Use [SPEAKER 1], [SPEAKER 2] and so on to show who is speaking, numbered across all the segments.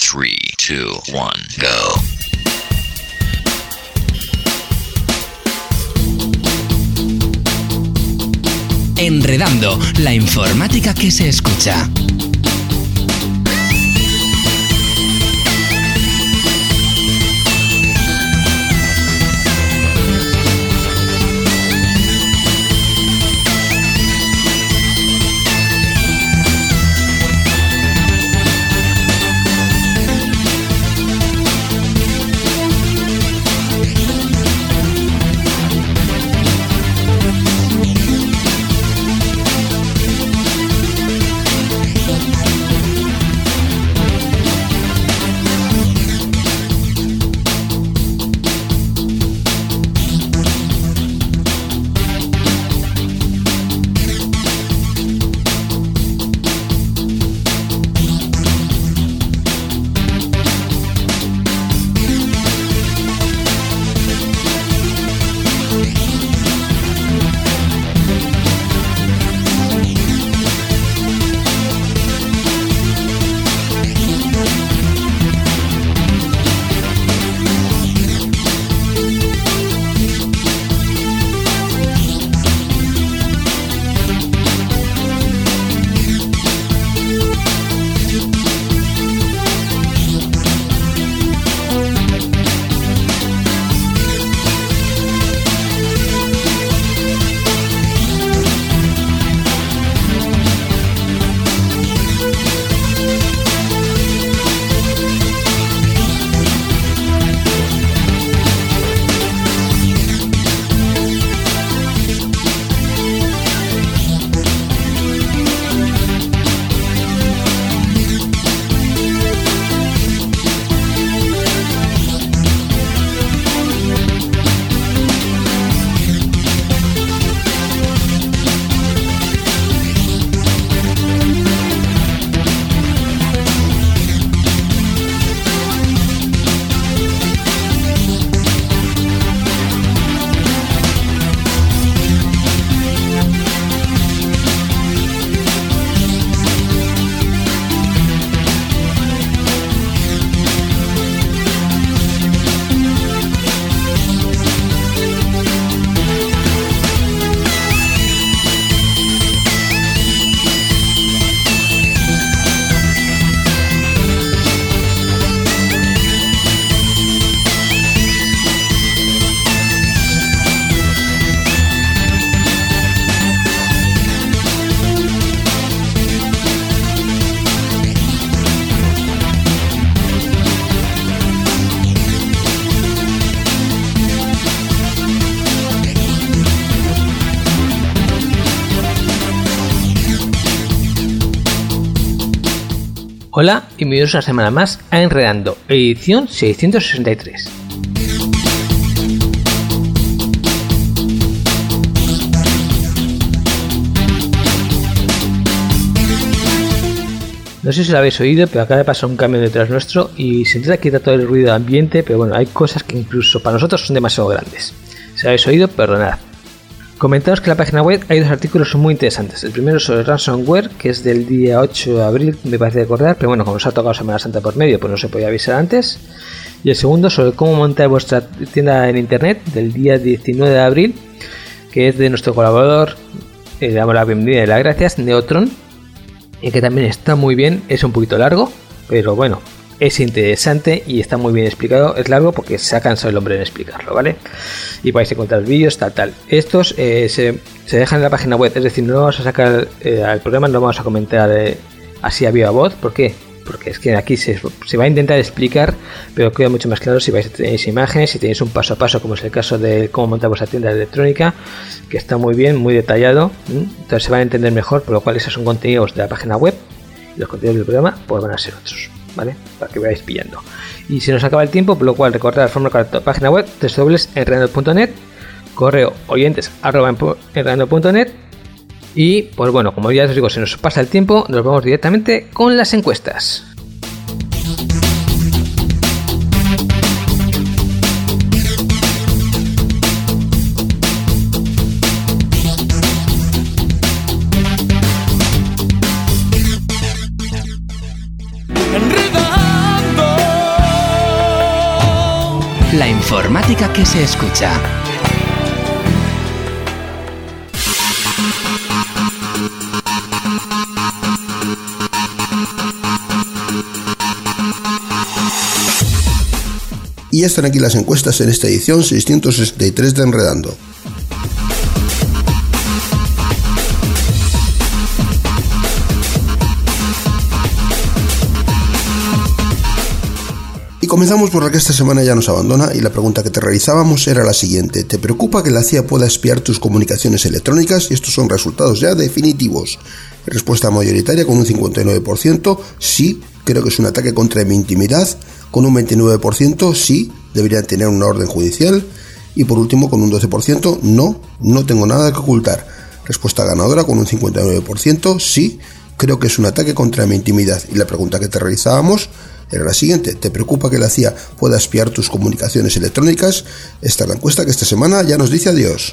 [SPEAKER 1] 3, 2, 1, go.
[SPEAKER 2] Enredando, la informática que se escucha.
[SPEAKER 3] Hola y bienvenidos una semana más a Enredando, edición 663. No sé si lo habéis oído, pero acaba de pasar un cambio detrás nuestro y se intenta quitar todo el ruido ambiente, pero bueno, hay cosas que incluso para nosotros son demasiado grandes. Si lo habéis oído, perdonad. Comentaros que en la página web hay dos artículos muy interesantes. El primero sobre ransomware, que es del día 8 de abril, me parece recordar, pero bueno, como nos ha tocado Semana Santa por medio, pues no se podía avisar antes. Y el segundo sobre cómo montar vuestra tienda en internet, del día 19 de abril, que es de nuestro colaborador, le damos la bienvenida y las gracias, Neotron, y que también está muy bien. Es un poquito largo, pero bueno, es interesante y está muy bien explicado. Es largo porque se ha cansado el hombre en explicarlo, ¿vale? Y podéis encontrar vídeos, tal. Estos se dejan en la página web, es decir, no vamos a sacar al programa, no vamos a comentar así a viva voz. ¿Por qué? Porque es que aquí se va a intentar explicar, pero queda mucho más claro si tenéis imágenes, si tenéis un paso a paso, como es el caso de cómo montar vuestra tienda electrónica, que está muy bien, muy detallado. Entonces se van a entender mejor, por lo cual esos son contenidos de la página web y los contenidos del programa pues van a ser otros, ¿vale? Para que vayáis pillando. Y si nos acaba el tiempo, por lo cual recordad la forma correcta, la página web www.enredando.net, correo oyentes@enredando.net. Y pues bueno, como ya os digo, si nos pasa el tiempo, nos vamos directamente con las encuestas.
[SPEAKER 4] Enredando
[SPEAKER 2] la informática que se escucha.
[SPEAKER 4] Y ya están aquí las encuestas en esta edición 663 de Enredando. Y comenzamos por la que esta semana ya nos abandona, y la pregunta que te realizábamos era la siguiente: ¿te preocupa que la CIA pueda espiar tus comunicaciones electrónicas? Y estos son resultados ya definitivos. Respuesta mayoritaria con un 59%, sí, creo que es un ataque contra mi intimidad. Con un 29%, sí, deberían tener una orden judicial. Y por último, con un 12%, no tengo nada que ocultar. Respuesta ganadora con un 59%, sí, creo que es un ataque contra mi intimidad. Y la pregunta que te realizábamos era la siguiente: ¿te preocupa que la CIA pueda espiar tus comunicaciones electrónicas? Esta es la encuesta que esta semana ya nos dice adiós.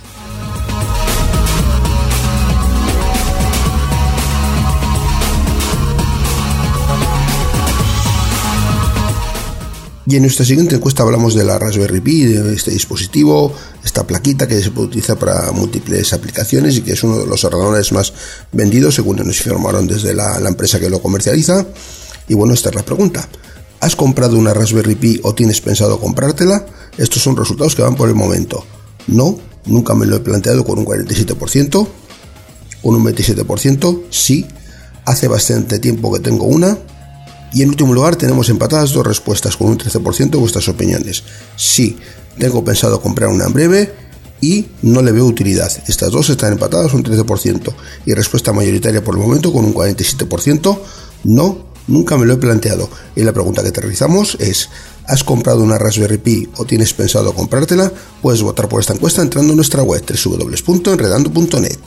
[SPEAKER 4] Y en nuestra siguiente encuesta hablamos de la Raspberry Pi, de este dispositivo, esta plaquita que se puede utilizar para múltiples aplicaciones y que es uno de los ordenadores más vendidos, según nos informaron desde la empresa que lo comercializa. Y bueno, esta es la pregunta: ¿has comprado una Raspberry Pi o tienes pensado comprártela? Estos son resultados que van por el momento. No, nunca me lo he planteado, con un 47%, con un 27%, sí, hace bastante tiempo que tengo una. Y en último lugar tenemos empatadas dos respuestas con un 13% de vuestras opiniones. Sí, tengo pensado comprar una en breve y no le veo utilidad. Estas dos están empatadas un 13%. Y respuesta mayoritaria por el momento con un 47%. No, nunca me lo he planteado. Y la pregunta que te realizamos es: ¿has comprado una Raspberry Pi o tienes pensado comprártela? Puedes votar por esta encuesta entrando en nuestra web www.enredando.net.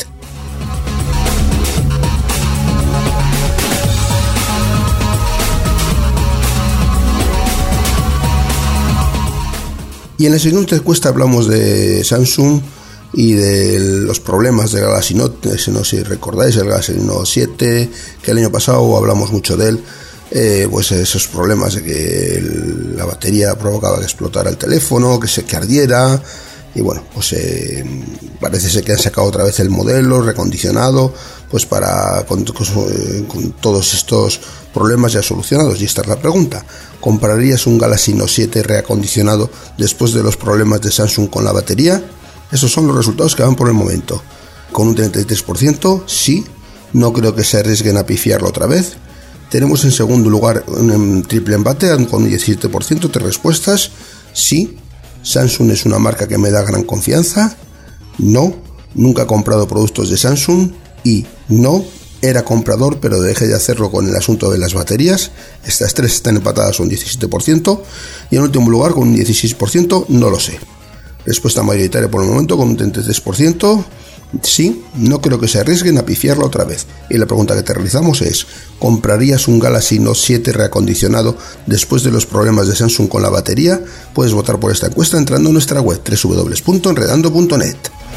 [SPEAKER 4] Y en la siguiente encuesta hablamos de Samsung y de los problemas del Galaxy Note. No sé si recordáis el Galaxy Note 7, que el año pasado hablamos mucho de él. Pues esos problemas de que la batería provocaba que explotara el teléfono, que ardiera. Y bueno, pues parece ser que han sacado otra vez el modelo recondicionado, pues con todos estos problemas ya solucionados. Y esta es la pregunta: ¿comprarías un Galaxy Note 7 reacondicionado después de los problemas de Samsung con la batería? Esos son los resultados que van por el momento. Con un 33%, sí, no creo que se arriesguen a pifiarlo otra vez. Tenemos en segundo lugar un triple empate con un 17% de respuestas. Sí, Samsung es una marca que me da gran confianza. No, nunca he comprado productos de Samsung. Y no, era comprador pero dejé de hacerlo con el asunto de las baterías. Estas tres están empatadas un 17%. Y en último lugar, con un 16%, no lo sé. Respuesta mayoritaria por el momento con un 33%. Sí, no creo que se arriesguen a pifiarlo otra vez. Y la pregunta que te realizamos es: ¿comprarías un Galaxy Note 7 reacondicionado después de los problemas de Samsung con la batería? Puedes votar por esta encuesta entrando en nuestra web www.enredando.net.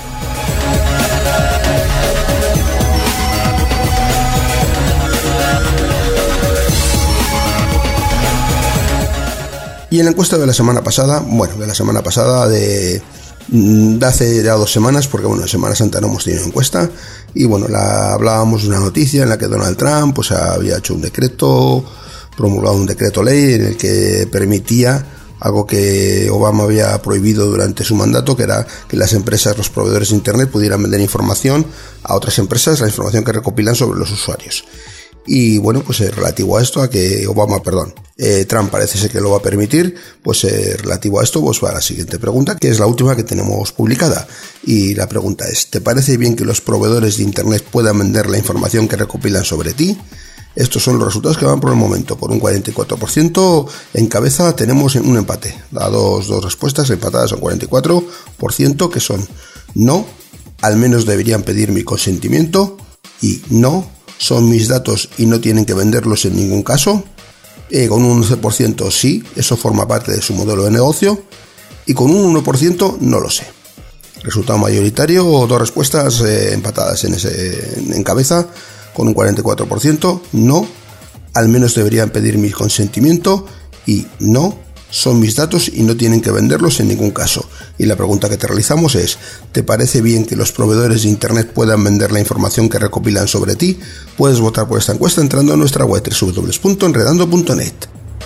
[SPEAKER 4] Y en la encuesta de la semana pasada, de hace ya 2 semanas, porque bueno, en Semana Santa no hemos tenido encuesta, y bueno, hablábamos de una noticia en la que Donald Trump pues había hecho promulgado un decreto ley en el que permitía algo que Obama había prohibido durante su mandato, que era que las empresas, los proveedores de internet pudieran vender información a otras empresas, la información que recopilan sobre los usuarios. Y bueno, pues relativo a esto, a que Trump parece ser que lo va a permitir, pues relativo a esto, pues va a la siguiente pregunta, que es la última que tenemos publicada. Y la pregunta es: ¿te parece bien que los proveedores de internet puedan vender la información que recopilan sobre ti? Estos son los resultados que van por el momento. Por un 44% en cabeza tenemos un empate. Da dos respuestas empatadas a un 44%, que son: no, al menos deberían pedir mi consentimiento, y no, son mis datos y no tienen que venderlos en ningún caso. Con un 11% sí, eso forma parte de su modelo de negocio. Y con un 1% no lo sé. Resultado mayoritario, dos respuestas empatadas en cabeza, con un 44%, no, al menos deberían pedir mi consentimiento, y no, Son mis datos y no tienen que venderlos en ningún caso. Y la pregunta que te realizamos es, ¿te parece bien que los proveedores de Internet puedan vender la información que recopilan sobre ti? Puedes votar por esta encuesta entrando a nuestra web www.enredando.net.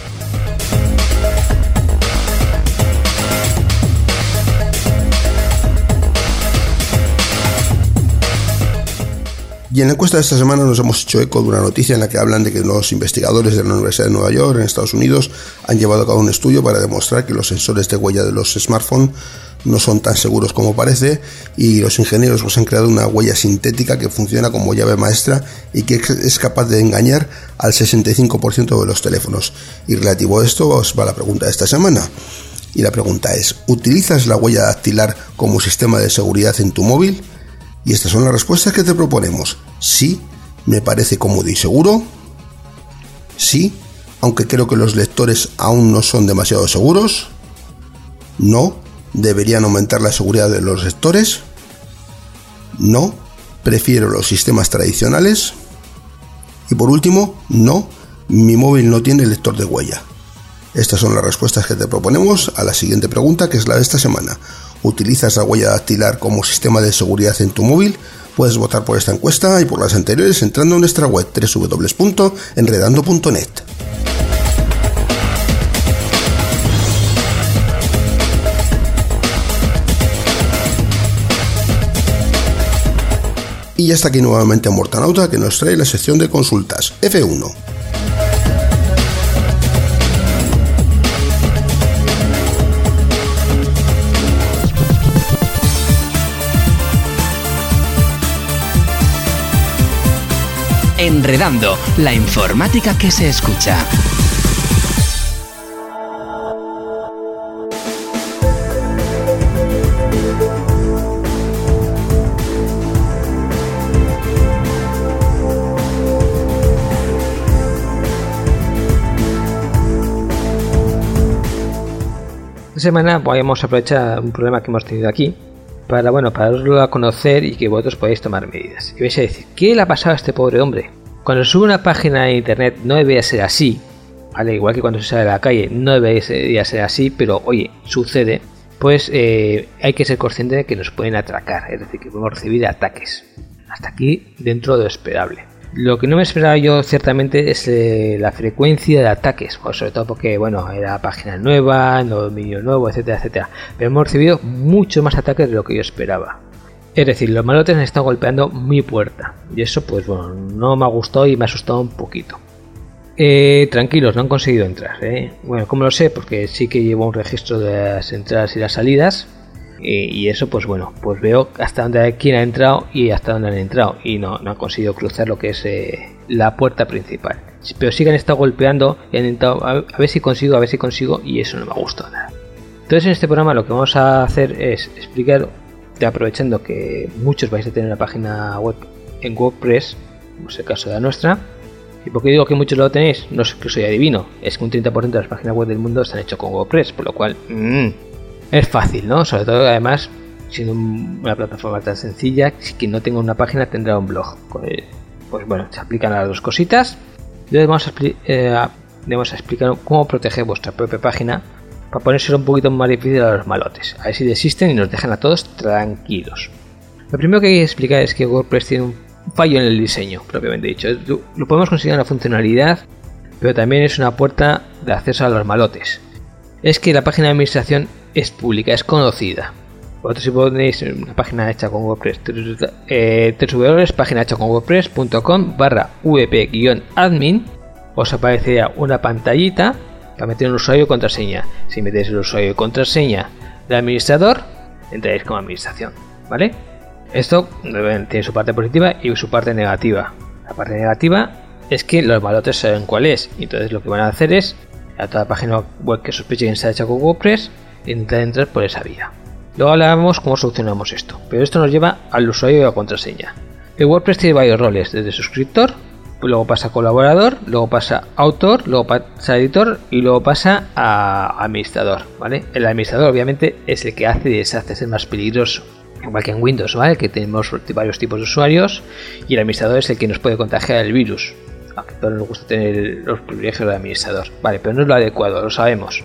[SPEAKER 4] Y en la encuesta de esta semana nos hemos hecho eco de una noticia en la que hablan de que los investigadores de la Universidad de Nueva York, en Estados Unidos, han llevado a cabo un estudio para demostrar que los sensores de huella de los smartphones no son tan seguros como parece, y los ingenieros pues han creado una huella sintética que funciona como llave maestra y que es capaz de engañar al 65% de los teléfonos. Y relativo a esto os va la pregunta de esta semana. Y la pregunta es, ¿utilizas la huella dactilar como sistema de seguridad en tu móvil? Y estas son las respuestas que te proponemos. Sí, me parece cómodo y seguro. Sí, aunque creo que los lectores aún no son demasiado seguros. No, deberían aumentar la seguridad de los lectores. No, prefiero los sistemas tradicionales. Y por último, no, mi móvil no tiene lector de huella. Estas son las respuestas que te proponemos a la siguiente pregunta, que es la de esta semana. ¿Utilizas la huella dactilar como sistema de seguridad en tu móvil? Puedes votar por esta encuesta y por las anteriores entrando en nuestra web www.enredando.net. Y ya está aquí nuevamente Mortanauta, que nos trae la sección de consultas F1.
[SPEAKER 2] Enredando, la informática que se escucha.
[SPEAKER 3] Esta semana podemos aprovechar un problema que hemos tenido aquí para daroslo a conocer y que vosotros podáis tomar medidas. Y vais a decir, ¿qué le ha pasado a este pobre hombre? Cuando sube una página de internet no debería ser así, ¿vale? Igual que cuando se sale a la calle no debería ser así, pero oye, sucede, pues hay que ser consciente de que nos pueden atracar, es decir, que podemos recibir ataques. Hasta aquí dentro de lo esperable. Lo que no me esperaba yo ciertamente es la frecuencia de ataques, pues sobre todo porque era página nueva, dominio nuevo, etcétera, etcétera. Pero hemos recibido mucho más ataques de lo que yo esperaba. Es decir, los malotes han estado golpeando mi puerta y eso no me ha gustado y me ha asustado un poquito. Tranquilos, no han conseguido entrar. ¿Cómo lo sé? Porque sí que llevo un registro de las entradas y las salidas. Y eso pues veo hasta dónde quién ha entrado y hasta dónde han entrado y no han conseguido cruzar lo que es la puerta principal, pero sí que han estado golpeando y han intentado a ver si consigo y eso no me ha gustado nada. Entonces en este programa lo que vamos a hacer es explicar, aprovechando que muchos vais a tener una página web en WordPress, como es el caso de la nuestra. ¿Y por qué digo que muchos lo tenéis? No es que soy adivino, es que un 30% de las páginas web del mundo están hechas con WordPress, por lo cual es fácil, ¿no? Sobre todo, además, siendo una plataforma tan sencilla, si quien no tenga una página tendrá un blog. Se aplican las dos cositas. Entonces vamos a explicar cómo proteger vuestra propia página para ponérselo un poquito más difícil a los malotes. A ver si desisten y nos dejan a todos tranquilos. Lo primero que hay que explicar es que WordPress tiene un fallo en el diseño, propiamente dicho. Lo podemos conseguir en la funcionalidad, pero también es una puerta de acceso a los malotes. Es que la página de administración es pública, es conocida. Vosotros si ponéis una página hecha con WordPress, www.paginahechacon.wordpress.com/vp-admin, os aparecerá una pantallita para meter un usuario y contraseña. Si metéis el usuario y contraseña del administrador, entraréis como administración, ¿vale? Esto tiene su parte positiva y su parte negativa. La parte negativa es que los malotes saben cuál es, y entonces lo que van a hacer es a toda página web que sospechen que está hecha con WordPress e intentar entrar por esa vía. Luego hablaremos cómo solucionamos esto, pero esto nos lleva al usuario y a la contraseña. El WordPress tiene varios roles, desde suscriptor, luego pasa a colaborador, luego pasa a autor, luego pasa a editor y luego pasa a administrador, ¿vale? El administrador obviamente es el que hace y deshace, es el más peligroso, igual que en Windows, ¿vale? Que tenemos varios tipos de usuarios y el administrador es el que nos puede contagiar el virus. Aunque a todos nos gusta tener los privilegios del administrador, vale, pero no es lo adecuado, lo sabemos.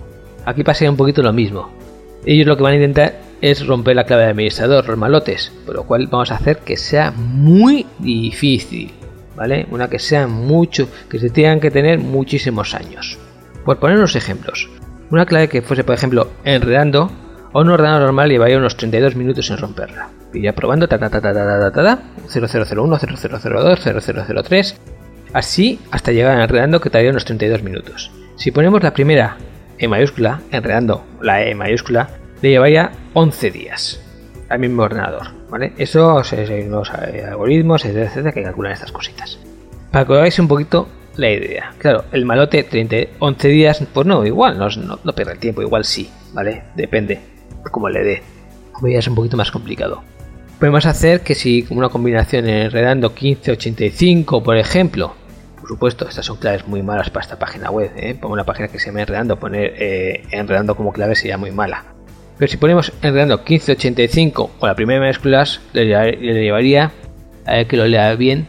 [SPEAKER 3] aquí pasaría un poquito lo mismo. Ellos lo que van a intentar es romper la clave de administrador, los malotes, por lo cual vamos a hacer que sea muy difícil, ¿vale? Una que sea mucho, que se tengan que tener muchísimos años. Por poner unos ejemplos, una clave que fuese, por ejemplo, enredando, a un ordenador normal llevaría unos 32 minutos en romperla. Iría probando 0001, 0002, 0003, así hasta llegar a enredando, que tardaría unos 32 minutos. Si ponemos la primera E mayúscula, enredando la E mayúscula, le llevaría 11 días al mismo ordenador, ¿vale? Eso hay unos algoritmos, etcétera, que calculan estas cositas. Para que veáis un poquito la idea. Claro, el malote 11 días, pues no, igual, no pierde el tiempo, igual sí, ¿vale? Depende, como le dé. Como ya es un poquito más complicado. Podemos hacer que si como una combinación enredando 1585, por ejemplo. Por supuesto, estas son claves muy malas para esta página web, ¿eh? Pongo una página que se llama enredando, poner enredando como clave sería muy mala. Pero si ponemos enredando 1585 o la primera mayúsculas, le llevaría, a ver que lo lea bien,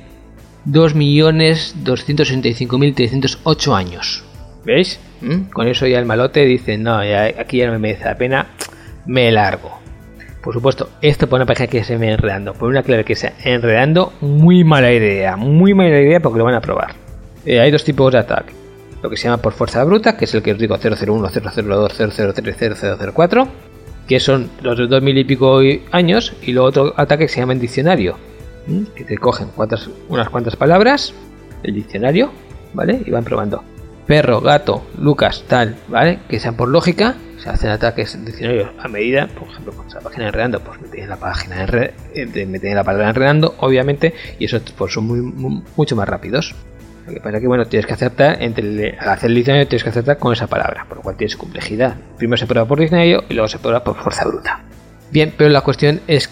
[SPEAKER 3] 2.265.308 años. ¿Veis? Con eso ya el malote dice, no, ya, aquí ya no me merece la pena, me largo. Por supuesto, esto por una página que se me enredando, por una clave que sea enredando, muy mala idea porque lo van a probar. Hay dos tipos de ataque. Lo que se llama por fuerza bruta, que es el que os digo 001, 002, 003, 0004, que son los de 2000 y pico años, y luego otro ataque que se llama en diccionario, que te cogen unas cuantas palabras del diccionario, ¿vale? Y van probando. Perro, gato, Lucas, tal, ¿vale? Que sean por lógica, se hacen ataques en diccionarios a medida, por ejemplo, con la página enredando, pues meten la página meten la palabra enredando, obviamente, y eso pues son mucho más rápidos. Lo que pasa es que, bueno, tienes que acertar, al hacer el diccionario tienes que acertar con esa palabra, por lo cual tiene su complejidad. Primero se prueba por diccionario y luego se prueba por fuerza bruta. Bien, pero la cuestión es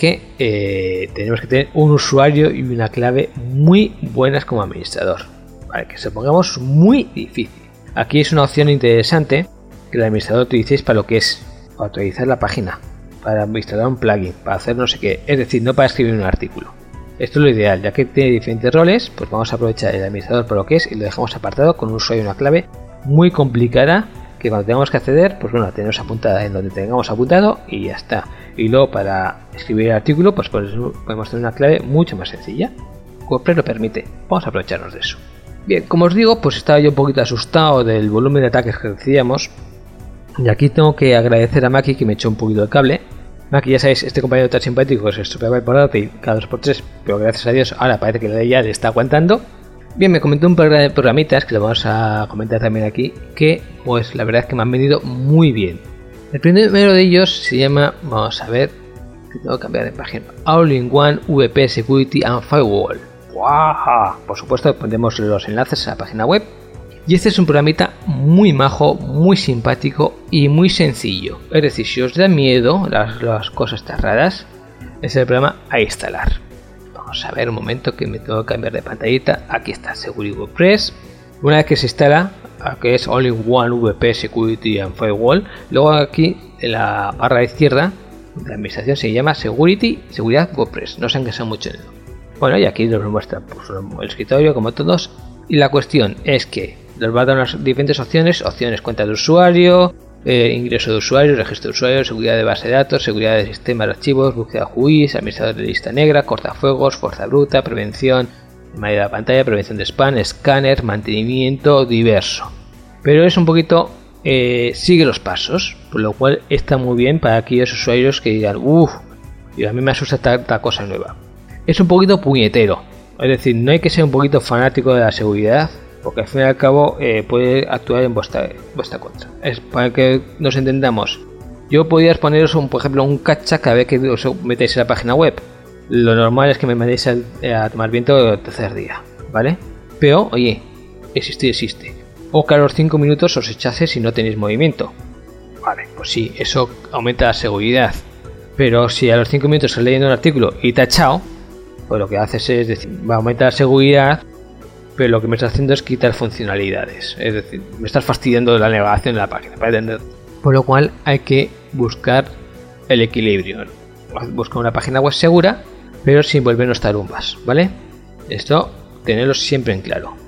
[SPEAKER 3] que tenemos que tener un usuario y una clave muy buenas como administrador, ¿vale? Que se pongamos muy difícil. Aquí es una opción interesante que el administrador utilicéis para lo que es, para actualizar la página, para instalar un plugin, para hacer no sé qué, es decir, no para escribir un artículo. Esto es lo ideal, ya que tiene diferentes roles, pues vamos a aprovechar el administrador por lo que es y lo dejamos apartado con un usuario y una clave muy complicada que cuando tengamos que acceder, pues bueno, la tenemos apuntada en donde tengamos apuntado y ya está. Y luego para escribir el artículo, pues podemos tener una clave mucho más sencilla. WordPress lo permite, vamos a aprovecharnos de eso. Bien, como os digo, pues estaba yo un poquito asustado del volumen de ataques que recibíamos. Y aquí tengo que agradecer a Maki que me echó un poquito el cable. Maki, ya sabéis, este compañero tan simpático que se estropeaba el portátil cada 2x3, pero gracias a Dios ahora parece que la ley ya le está aguantando. Bien, me comentó un par de programitas que lo vamos a comentar también aquí, que pues la verdad es que me han venido muy bien. El primero de ellos se llama, vamos a ver, tengo que cambiar de página, All-in-One VP Security and Firewall. ¡Wow! Por supuesto pondremos los enlaces a la página web. Y este es un programita muy majo, muy simpático y muy sencillo. Es decir, si os da miedo las cosas tan raras, es el programa a instalar. Vamos a ver un momento que me tengo que cambiar de pantallita. Aquí está, Security WordPress. Una vez que se instala, que es All-in-One VP Security and Firewall, luego aquí en la barra izquierda de la administración se llama Seguridad WordPress. No se han casado mucho en ello. Bueno, y aquí nos muestra pues, el escritorio como todos. Y la cuestión es que nos va a dar unas diferentes opciones: cuenta de usuario, ingreso de usuario, registro de usuario, seguridad de base de datos, seguridad de sistemas de archivos, búsqueda GUIs, administrador de lista negra, cortafuegos, fuerza bruta, prevención de de la pantalla, prevención de spam, escáner, mantenimiento diverso. Pero es un poquito sigue los pasos, por lo cual está muy bien para aquellos usuarios que digan y a mí me asusta tanta cosa nueva. Es un poquito puñetero, es decir, no hay que ser un poquito fanático de la seguridad, porque al fin y al cabo puede actuar en vuestra contra. Es para que nos entendamos. Yo podría poneros por ejemplo un cacha cada vez que os metéis en la página web. Lo normal es que me mandéis a tomar viento el tercer día, ¿vale? Pero oye, existe. O que a los 5 minutos os echase si no tenéis movimiento. Vale, pues sí, eso aumenta la seguridad. Pero si a los 5 minutos estás leyendo un artículo y te ha echado, pues lo que haces es decir, va a aumentar la seguridad, pero lo que me estás haciendo es quitar funcionalidades. Es decir, me estás fastidiando la navegación de la página, para entender. Por lo cual hay que buscar el equilibrio, ¿no? Buscar una página web segura, pero sin volvernos tarumbas, ¿vale? Esto, tenerlo siempre en claro.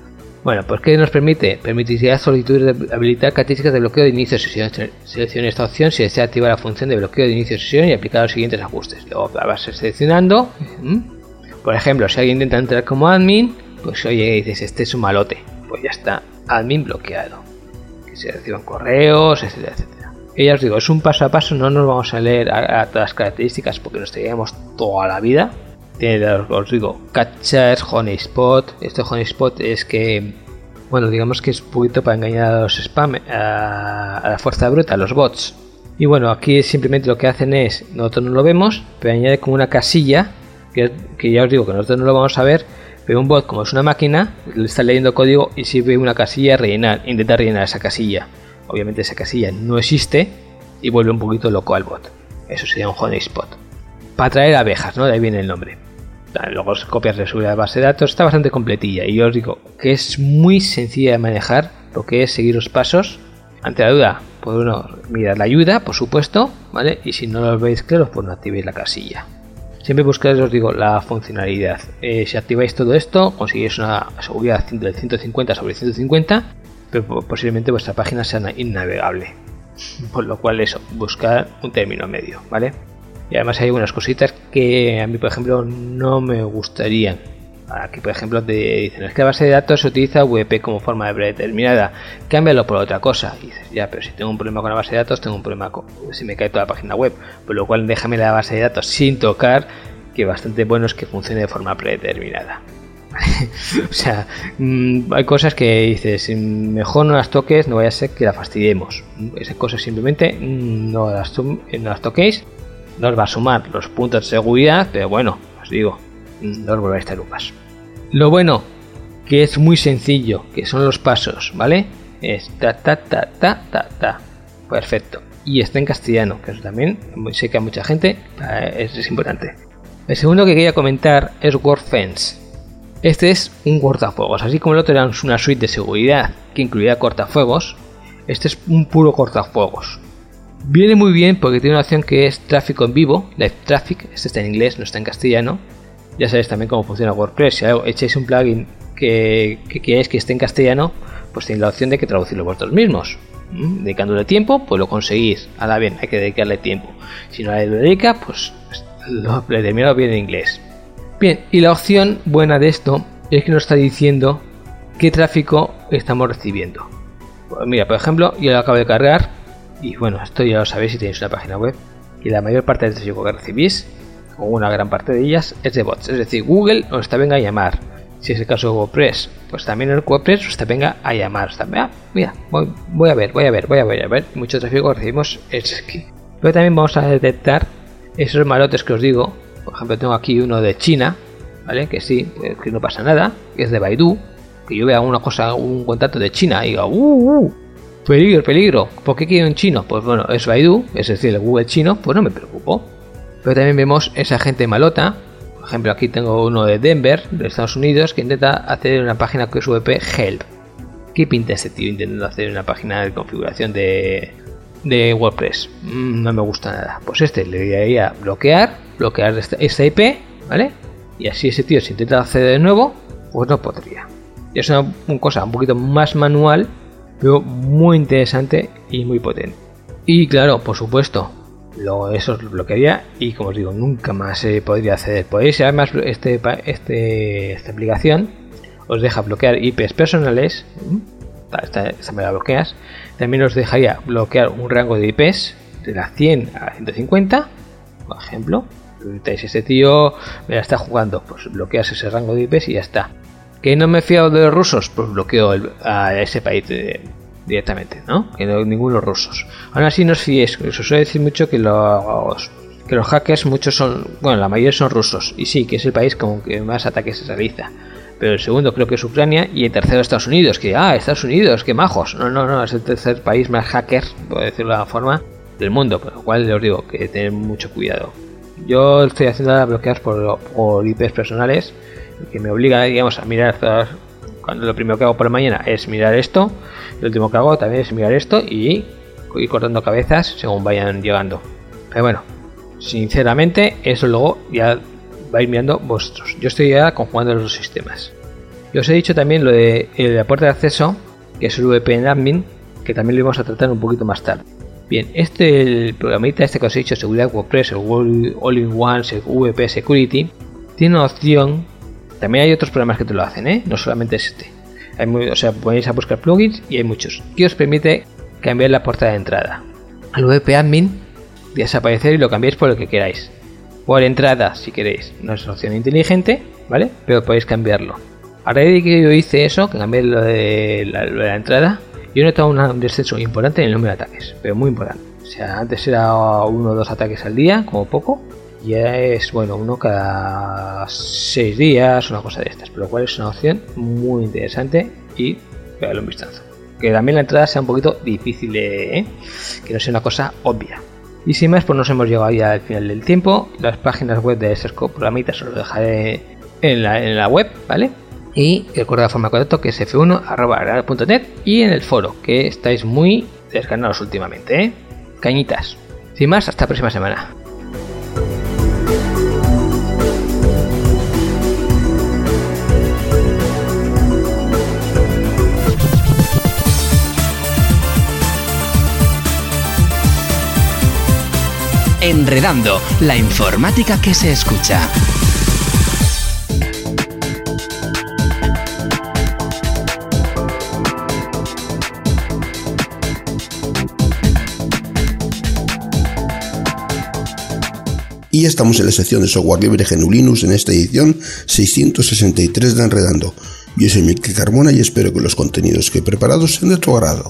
[SPEAKER 3] Bueno, pues ¿qué nos permite? Permitiría solicitudes de habilitar características de bloqueo de inicio de sesión. Seleccione esta opción si desea activar la función de bloqueo de inicio de sesión y aplicar los siguientes ajustes. Luego la vas seleccionando. Por ejemplo, si alguien intenta entrar como admin, pues oye, dices, este es un malote. Pues ya está, admin bloqueado. Que se reciban correos, etcétera, etcétera. Y ya os digo, es un paso a paso, no nos vamos a leer a todas las características porque nos teníamos toda la vida. Tiene, os digo, catchers, honeyspot. Este honeyspot es que, bueno, digamos que es un poquito para engañar a los spam, a la fuerza bruta, a los bots. Y bueno, aquí simplemente lo que hacen es, nosotros no lo vemos, pero añade como una casilla, que ya os digo que nosotros no lo vamos a ver, pero un bot, como es una máquina, le está leyendo código y si ve una casilla, intenta rellenar esa casilla. Obviamente esa casilla no existe y vuelve un poquito loco al bot. Eso sería un honeyspot. Para atraer abejas, ¿no? De ahí viene el nombre. Luego copias de seguridad de base de datos, está bastante completilla y yo os digo que es muy sencilla de manejar lo que es seguir los pasos. Ante la duda, pues uno mirar la ayuda, por supuesto, ¿vale? Y si no los veis claros, pues no activéis la casilla. Siempre buscáis, os digo, la funcionalidad. Si activáis todo esto, conseguís una seguridad del 150 sobre 150, pero posiblemente vuestra página sea innavegable. Por lo cual eso, buscar un término medio, ¿vale? Y además hay algunas cositas que a mí, por ejemplo, no me gustarían. Aquí, por ejemplo, te dicen, es que la base de datos se utiliza VP como forma de predeterminada. Cámbialo por otra cosa. Y dices, ya, pero si tengo un problema con la base de datos, tengo un problema si me cae toda la página web. Por lo cual, déjame la base de datos sin tocar, que bastante bueno es que funcione de forma predeterminada. O sea, hay cosas que dices, mejor no las toques, no vaya a ser que la fastidiemos. Esas cosas simplemente no las toquéis. No os va a sumar los puntos de seguridad, pero bueno, os digo, no os volváis tarupas. Lo bueno, que es muy sencillo, que son los pasos, ¿vale? Es ta. Perfecto. Y está en castellano, que eso también sé que a mucha gente es importante. El segundo que quería comentar es WordFence. Este es un cortafuegos, así como el otro era una suite de seguridad que incluía cortafuegos, este es un puro cortafuegos. Viene muy bien porque tiene una opción que es tráfico en vivo, live traffic, este está en inglés, no está en castellano. Ya sabéis también cómo funciona WordPress, si echáis un plugin que queráis que esté en castellano, pues tenéis la opción de que traducirlo vosotros mismos. Dedicándole tiempo, pues lo conseguís. Ahora bien, hay que dedicarle tiempo. Si no le dedica, pues lo determinado bien en inglés. Bien, y la opción buena de esto es que nos está diciendo qué tráfico estamos recibiendo. Pues mira, por ejemplo, yo lo acabo de cargar. Y bueno, esto ya lo sabéis si tenéis una página web. Y la mayor parte del tráfico que recibís, o una gran parte de ellas, es de bots. Es decir, Google os está venga a llamar. Si es el caso de WordPress, pues también el WordPress os está venga a llamar. Mira, voy a ver. Y mucho tráfico que recibimos es aquí. Pero también vamos a detectar esos malotes que os digo. Por ejemplo, tengo aquí uno de China, ¿vale? Que sí, que no pasa nada. Que es de Baidu. Que yo vea una cosa, un contacto de China y digo, peligro, ¿por qué quiero un chino? Pues bueno, es Baidu, es decir, el Google chino, pues no me preocupo. Pero también vemos esa gente malota. Por ejemplo, aquí tengo uno de Denver, de Estados Unidos, que intenta hacer una página que es VP Help. ¿Qué pinta este tío intentando hacer una página de configuración de WordPress? No me gusta nada. Pues le daría bloquear esta IP, ¿vale? Y así ese tío, si intenta hacer de nuevo, pues no podría. Y es una cosa un poquito más manual, pero muy interesante y muy potente. Y claro, por supuesto, eso os bloquearía y como os digo, nunca más podría acceder. Podéis, además, esta aplicación os deja bloquear IPs personales. Esta me la bloqueas. También os dejaría bloquear un rango de IPs de la 100 a 150, por ejemplo. Si este tío me la está jugando, pues bloqueas ese rango de IPs y ya está. ¿Que no me fío de los rusos? Pues bloqueo a ese país directamente, ¿no? Que no ninguno rusos. Aún así no os fiéis, os suele decir mucho que los hackers muchos son, bueno, la mayoría son rusos. Y sí, que es el país con que más ataques se realiza. Pero el segundo creo que es Ucrania y el tercero Estados Unidos. Que, Estados Unidos, qué majos. No, es el tercer país más hacker, por decirlo de alguna forma, del mundo. Por lo cual os digo que tener mucho cuidado. Yo estoy haciendo bloqueos por IPs personales, que me obliga, digamos, a mirar cuando lo primero que hago por la mañana es mirar esto, lo último que hago también es mirar esto y ir cortando cabezas según vayan llegando. Pero bueno, sinceramente eso luego ya vais mirando vosotros. Yo estoy ya conjugando los dos sistemas. Y os he dicho también lo de la puerta de acceso, que es el VPN Admin, que también lo vamos a tratar un poquito más tarde. Bien, el programita que os he dicho, seguridad WordPress, el All-in-One VP Security, tiene una opción. También hay otros programas que te lo hacen, no solamente es este. Podéis a buscar plugins y hay muchos, que os permite cambiar la puerta de entrada. El VP Admin desaparecer y lo cambiáis por lo que queráis. Por entrada, si queréis. No es una opción inteligente, ¿vale? Pero podéis cambiarlo. A raíz de que yo hice eso, que cambié lo de la entrada, yo he notado un descenso importante en el número de ataques, pero muy importante. O sea, antes era 1 o 2 ataques al día, como poco, y ya es, uno cada 6 días, una cosa de estas, por lo cual es una opción muy interesante y pegadle un vistazo. Que también la entrada sea un poquito difícil, que no sea una cosa obvia. Y sin más, pues nos hemos llegado ya al final del tiempo. Las páginas web de estos programitas os lo dejaré en la web, ¿vale? Y recuerda la forma de contacto, que es f1@granada.net, y en el foro, que estáis muy desganados últimamente, Cañitas. Sin más, hasta la próxima semana.
[SPEAKER 2] Enredando, la informática que se escucha.
[SPEAKER 4] Y ya estamos en la sección de software libre GNU Linux en esta edición 663 de Enredando. Yo soy Miquel Carmona y espero que los contenidos que he preparado sean de tu agrado.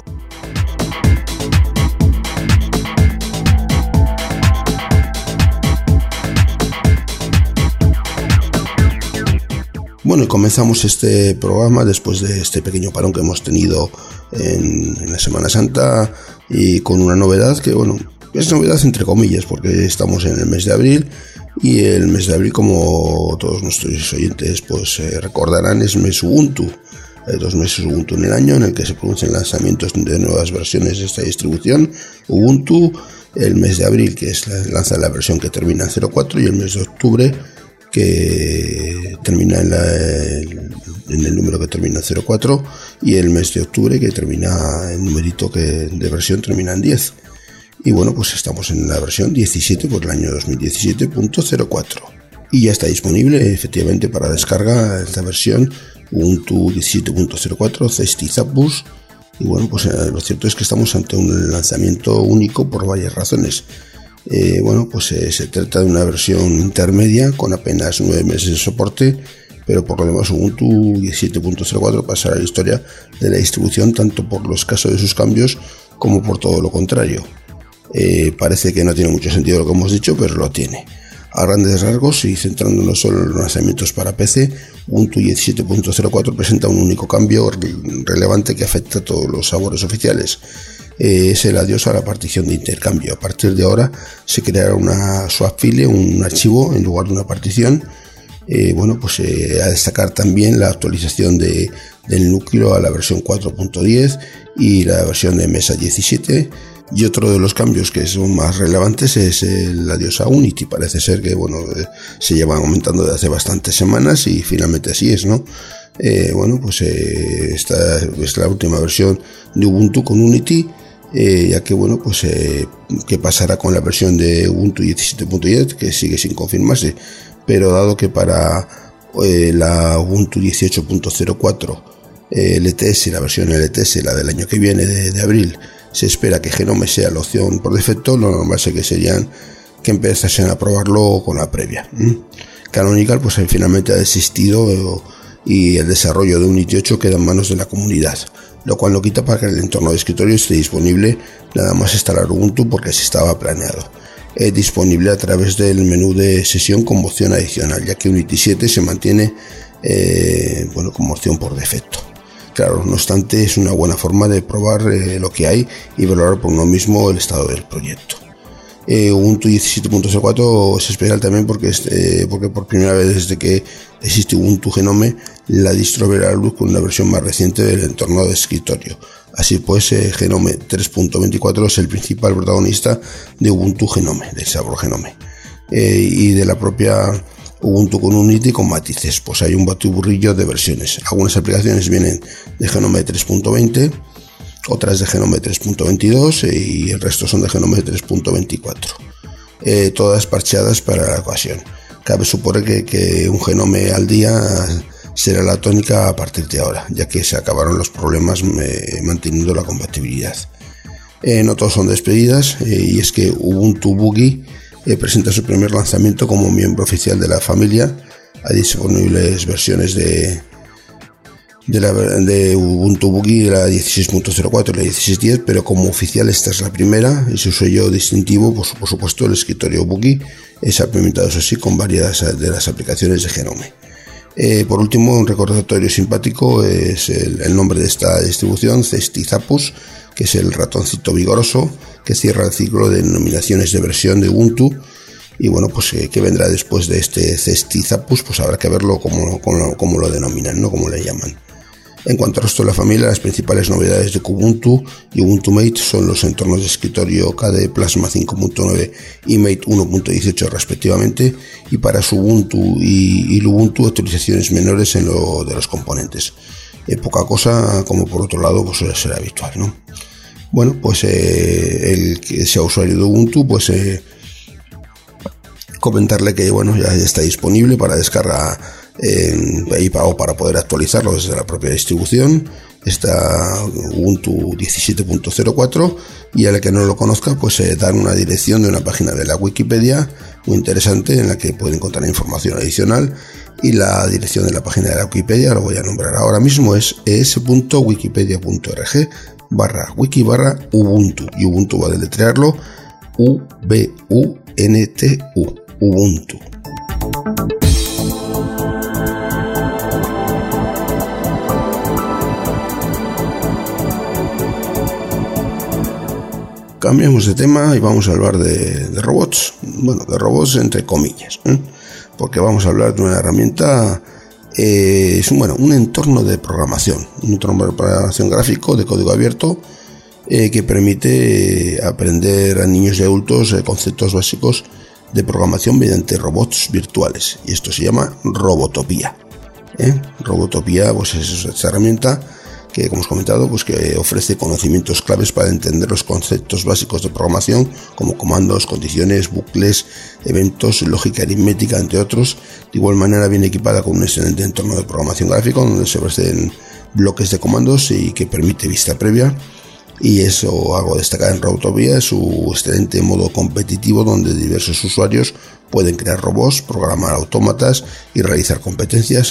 [SPEAKER 4] Bueno, y comenzamos este programa después de este pequeño parón que hemos tenido en la Semana Santa, y con una novedad que, es novedad entre comillas, porque estamos en el mes de abril, y el mes de abril, como todos nuestros oyentes pues recordarán, es mes Ubuntu. Hay 2 meses Ubuntu en el año en el que se producen lanzamientos de nuevas versiones de esta distribución Ubuntu. El mes de abril, que lanza la versión que termina en 04, y el mes de octubre, que termina en el número que termina en 04, y el mes de octubre, que termina el numerito de versión termina en 10. Y pues estamos en la versión 17 por el año 2017.04. Y ya está disponible efectivamente para descarga esta versión Ubuntu 17.04 Zesty Zapbus. Y lo cierto es que estamos ante un lanzamiento único por varias razones. Se trata de una versión intermedia con apenas 9 meses de soporte, pero por lo demás Ubuntu 17.04 pasará a la historia de la distribución tanto por lo escaso de sus cambios como por todo lo contrario. Parece que no tiene mucho sentido lo que hemos dicho, pero lo tiene. A grandes rasgos, y centrándonos solo en los lanzamientos para PC, Ubuntu 17.04 presenta un único cambio relevante que afecta a todos los sabores oficiales. Es el adiós a la partición de intercambio. A partir de ahora se creará una swap file, un archivo en lugar de una partición. A destacar también la actualización del núcleo a la versión 4.10 y la versión de Mesa 17. Y otro de los cambios que son más relevantes es el adiós a Unity. Parece ser que se llevan aumentando desde hace bastantes semanas, y finalmente así es, ¿no? Esta es la última versión de Ubuntu con Unity, ya que ¿qué pasará con la versión de Ubuntu 17.10? Que sigue sin confirmarse, pero dado que para la Ubuntu 18.04 LTS, la versión LTS, la del año que viene de abril, se espera que Genome sea la opción por defecto, lo normal serían que empezasen a probarlo con la previa. Canonical finalmente ha desistido, y el desarrollo de Unity 8 queda en manos de la comunidad, lo cual no quita para que el entorno de escritorio esté disponible nada más instalar Ubuntu, porque así estaba planeado. Es disponible a través del menú de sesión como opción adicional, ya que Unity 7 se mantiene como opción por defecto. Claro, no obstante, es una buena forma de probar lo que hay y valorar por uno mismo el estado del proyecto. Ubuntu 17.04 es especial también porque por primera vez desde que existe Ubuntu Genome, la distro verá la luz con una versión más reciente del entorno de escritorio. Así pues, Genome 3.24 es el principal protagonista de Ubuntu Genome, del sabor Genome, y de la propia Ubuntu con Unity con matices. Pues hay un batiburrillo de versiones. Algunas aplicaciones vienen de Genome 3.20, otras de Genome 3.22 y el resto son de Genome 3.24. Todas parcheadas para la ocasión. Cabe suponer que un Genome al día será la tónica a partir de ahora, ya que se acabaron los problemas manteniendo la compatibilidad. No todos son despedidas, y es que Ubuntu Boogie presenta su primer lanzamiento como miembro oficial de la familia. Hay disponibles versiones de Ubuntu Boogie, la 16.04 y la 16.10, pero como oficial esta es la primera, y su sello distintivo, pues, por supuesto, el escritorio Boogie es implementado, eso sí, con varias de las aplicaciones de Genome. Por último, un recordatorio simpático es el nombre de esta distribución, Cestizapus, que es el ratoncito vigoroso que cierra el ciclo de denominaciones de versión de Ubuntu. Y bueno, pues ¿qué vendrá después de este Cestizapus? Pues habrá que verlo como lo denominan, no como le llaman. En cuanto al resto de la familia, las principales novedades de Kubuntu y Ubuntu Mate son los entornos de escritorio KDE Plasma 5.9 y Mate 1.18 respectivamente, y para Ubuntu y Lubuntu actualizaciones menores en lo de los componentes. Poca cosa, como por otro lado pues suele ser habitual, ¿no? Bueno, pues el que sea usuario de Ubuntu, pues comentarle que bueno, ya está disponible para descarga o para poder actualizarlo desde la propia distribución. Está Ubuntu 17.04, y al que no lo conozca, pues dan una dirección de una página de la Wikipedia muy interesante en la que puede encontrar información adicional, y la dirección de la página de la Wikipedia, lo voy a nombrar ahora mismo, es es.wikipedia.org/wiki/Ubuntu, y Ubuntu va a deletrearlo Ubuntu, Ubuntu. Cambiamos de tema y vamos a hablar de robots. Bueno, de robots entre comillas, porque vamos a hablar de una herramienta, un entorno de programación, un entorno de programación gráfico de código abierto que permite aprender a niños y adultos conceptos básicos de programación mediante robots virtuales, y esto se llama Robotopia. Robotopia, pues es esta herramienta que, como hemos comentado, pues que ofrece conocimientos claves para entender los conceptos básicos de programación, como comandos, condiciones, bucles, eventos, lógica aritmética, entre otros. De igual manera viene equipada con un excelente entorno de programación gráfico, donde se ofrecen bloques de comandos y que permite vista previa. Y eso, algo destacar en Robotopia, es su excelente modo competitivo, donde diversos usuarios pueden crear robots, programar autómatas y realizar competiciones.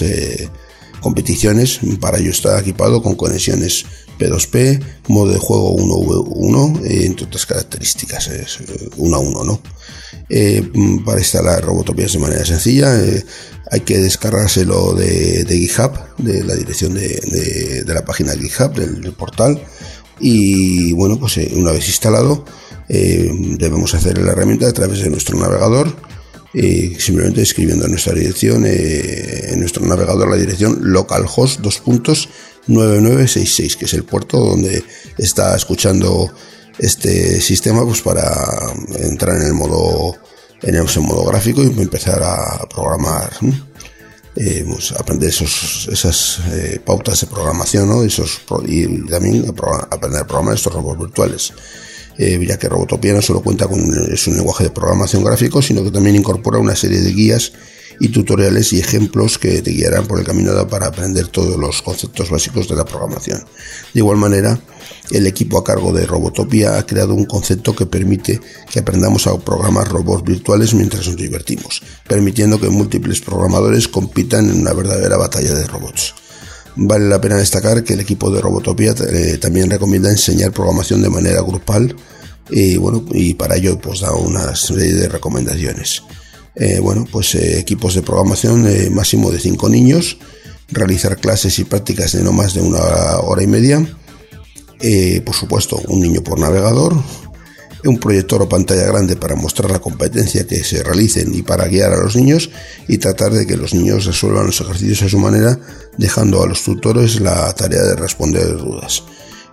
[SPEAKER 4] Para ello está equipado con conexiones P2P, modo de juego 1v1, entre otras características, es 1 a 1, ¿no? Para instalar Robotopia de manera sencilla, hay que descargárselo de GitHub, de la dirección de la página de GitHub, del portal. Y bueno, pues una vez instalado, debemos hacer la herramienta a través de nuestro navegador, simplemente escribiendo en nuestra dirección, en nuestro navegador, la dirección localhost 2.9966, que es el puerto donde está escuchando este sistema, pues para entrar en ese modo gráfico y empezar a programar, aprender esas pautas de programación, ¿no? Y también aprender a programar estos robots virtuales. Ya que Robotopia no solo cuenta con un lenguaje de programación gráfico, sino que también incorpora una serie de guías y tutoriales y ejemplos que te guiarán por el camino para aprender todos los conceptos básicos de la programación. De igual manera, el equipo a cargo de Robotopia ha creado un concepto que permite que aprendamos a programar robots virtuales mientras nos divertimos, permitiendo que múltiples programadores compitan en una verdadera batalla de robots. Vale la pena destacar que el equipo de Robotopia también recomienda enseñar programación de manera grupal, y para ello pues da una serie de recomendaciones. Equipos de programación máximo de 5 niños, realizar clases y prácticas de no más de 1 hora y media, por supuesto un niño por navegador, un proyector o pantalla grande para mostrar la competencia que se realicen y para guiar a los niños, y tratar de que los niños resuelvan los ejercicios a su manera, dejando a los tutores la tarea de responder dudas.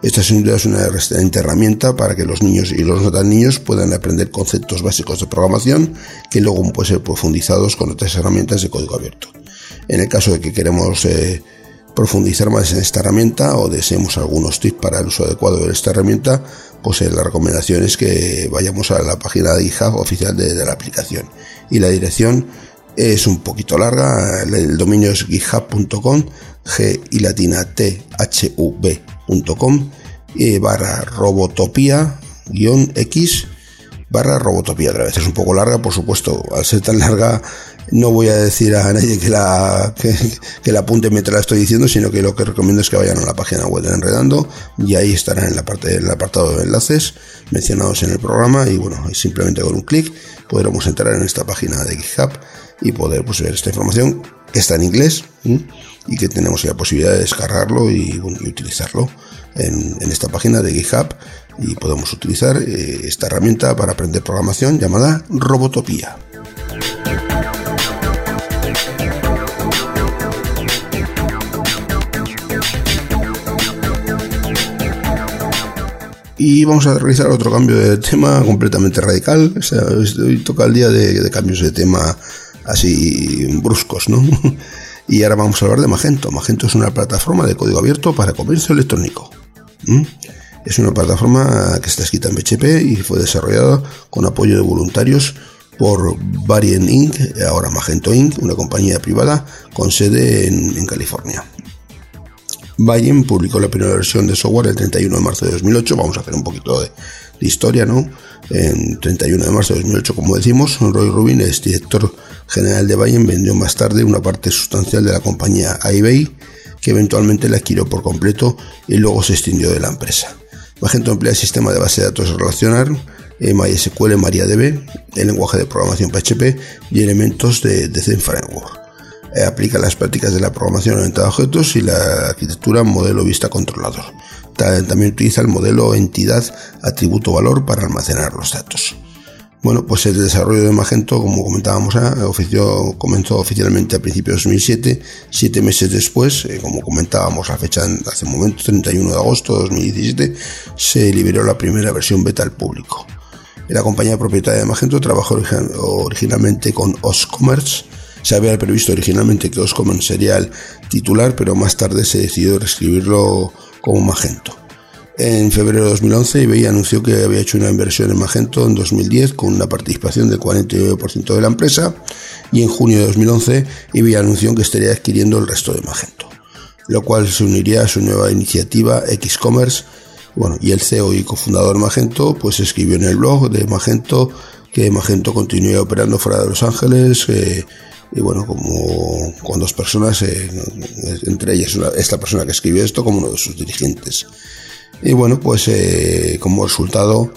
[SPEAKER 4] Esta sin duda es una excelente herramienta para que los niños y los no tan niños puedan aprender conceptos básicos de programación que luego pueden ser profundizados con otras herramientas de código abierto. En el caso de que queremos profundizar más en esta herramienta o deseemos algunos tips para el uso adecuado de esta herramienta, pues la recomendación es que vayamos a la página de GitHub oficial de la aplicación. Y la dirección es un poquito larga, el dominio es github.com, github.com /robotopia-x /robotopia otra vez. Es un poco larga, por supuesto. Al ser tan larga no voy a decir a nadie que la apunte mientras la estoy diciendo, sino que lo que recomiendo es que vayan a la página web de Enredando y ahí estará en la parte del apartado de enlaces mencionados en el programa, y bueno, simplemente con un clic podremos entrar en esta página de GitHub y poder pues ver esta información que está en inglés y que tenemos la posibilidad de descargarlo y utilizarlo en esta página de GitHub, y podemos utilizar esta herramienta para aprender programación llamada Robotopia. Y vamos a realizar otro cambio de tema completamente radical. O sea, hoy toca el día de cambios de tema así bruscos, ¿no? Y ahora vamos a hablar de Magento. Magento es una plataforma de código abierto para comercio electrónico. Es una plataforma que está escrita en PHP y fue desarrollada con apoyo de voluntarios por Variant Inc., ahora Magento Inc., una compañía privada con sede en California. Variant publicó la primera versión de software el 31 de marzo de 2008. Vamos a hacer un poquito de historia, ¿no? En 31 de marzo de 2008, como decimos, Roy Rubin, ex director general de Variant, vendió más tarde una parte sustancial de la compañía a eBay, que eventualmente la adquirió por completo y luego se extinguió de la empresa. Magento emplea el sistema de base de datos relacional MySQL MariaDB, el lenguaje de programación PHP y elementos de Zen Framework. Aplica las prácticas de la programación orientada a objetos y la arquitectura modelo vista controlador. También utiliza el modelo entidad atributo valor para almacenar los datos. Bueno, pues el desarrollo de Magento, como comentábamos, comenzó oficialmente a principios de 2007. 7 meses después, como comentábamos la fecha hace un momento, 31 de agosto de 2017, se liberó la primera versión beta al público. La compañía propietaria de Magento trabajó originalmente con OsCommerce. Se había previsto originalmente que OsCommerce sería el titular, pero más tarde se decidió reescribirlo como Magento. En febrero de 2011, eBay anunció que había hecho una inversión en Magento en 2010 con una participación del 49% de la empresa, y en junio de 2011 eBay anunció que estaría adquiriendo el resto de Magento, lo cual se uniría a su nueva iniciativa Xcommerce. Bueno, y el CEO y cofundador de Magento pues escribió en el blog de Magento que Magento continúa operando fuera de Los Ángeles, y bueno, como con dos personas, entre ellas esta persona que escribió esto como uno de sus dirigentes. Y bueno, pues como resultado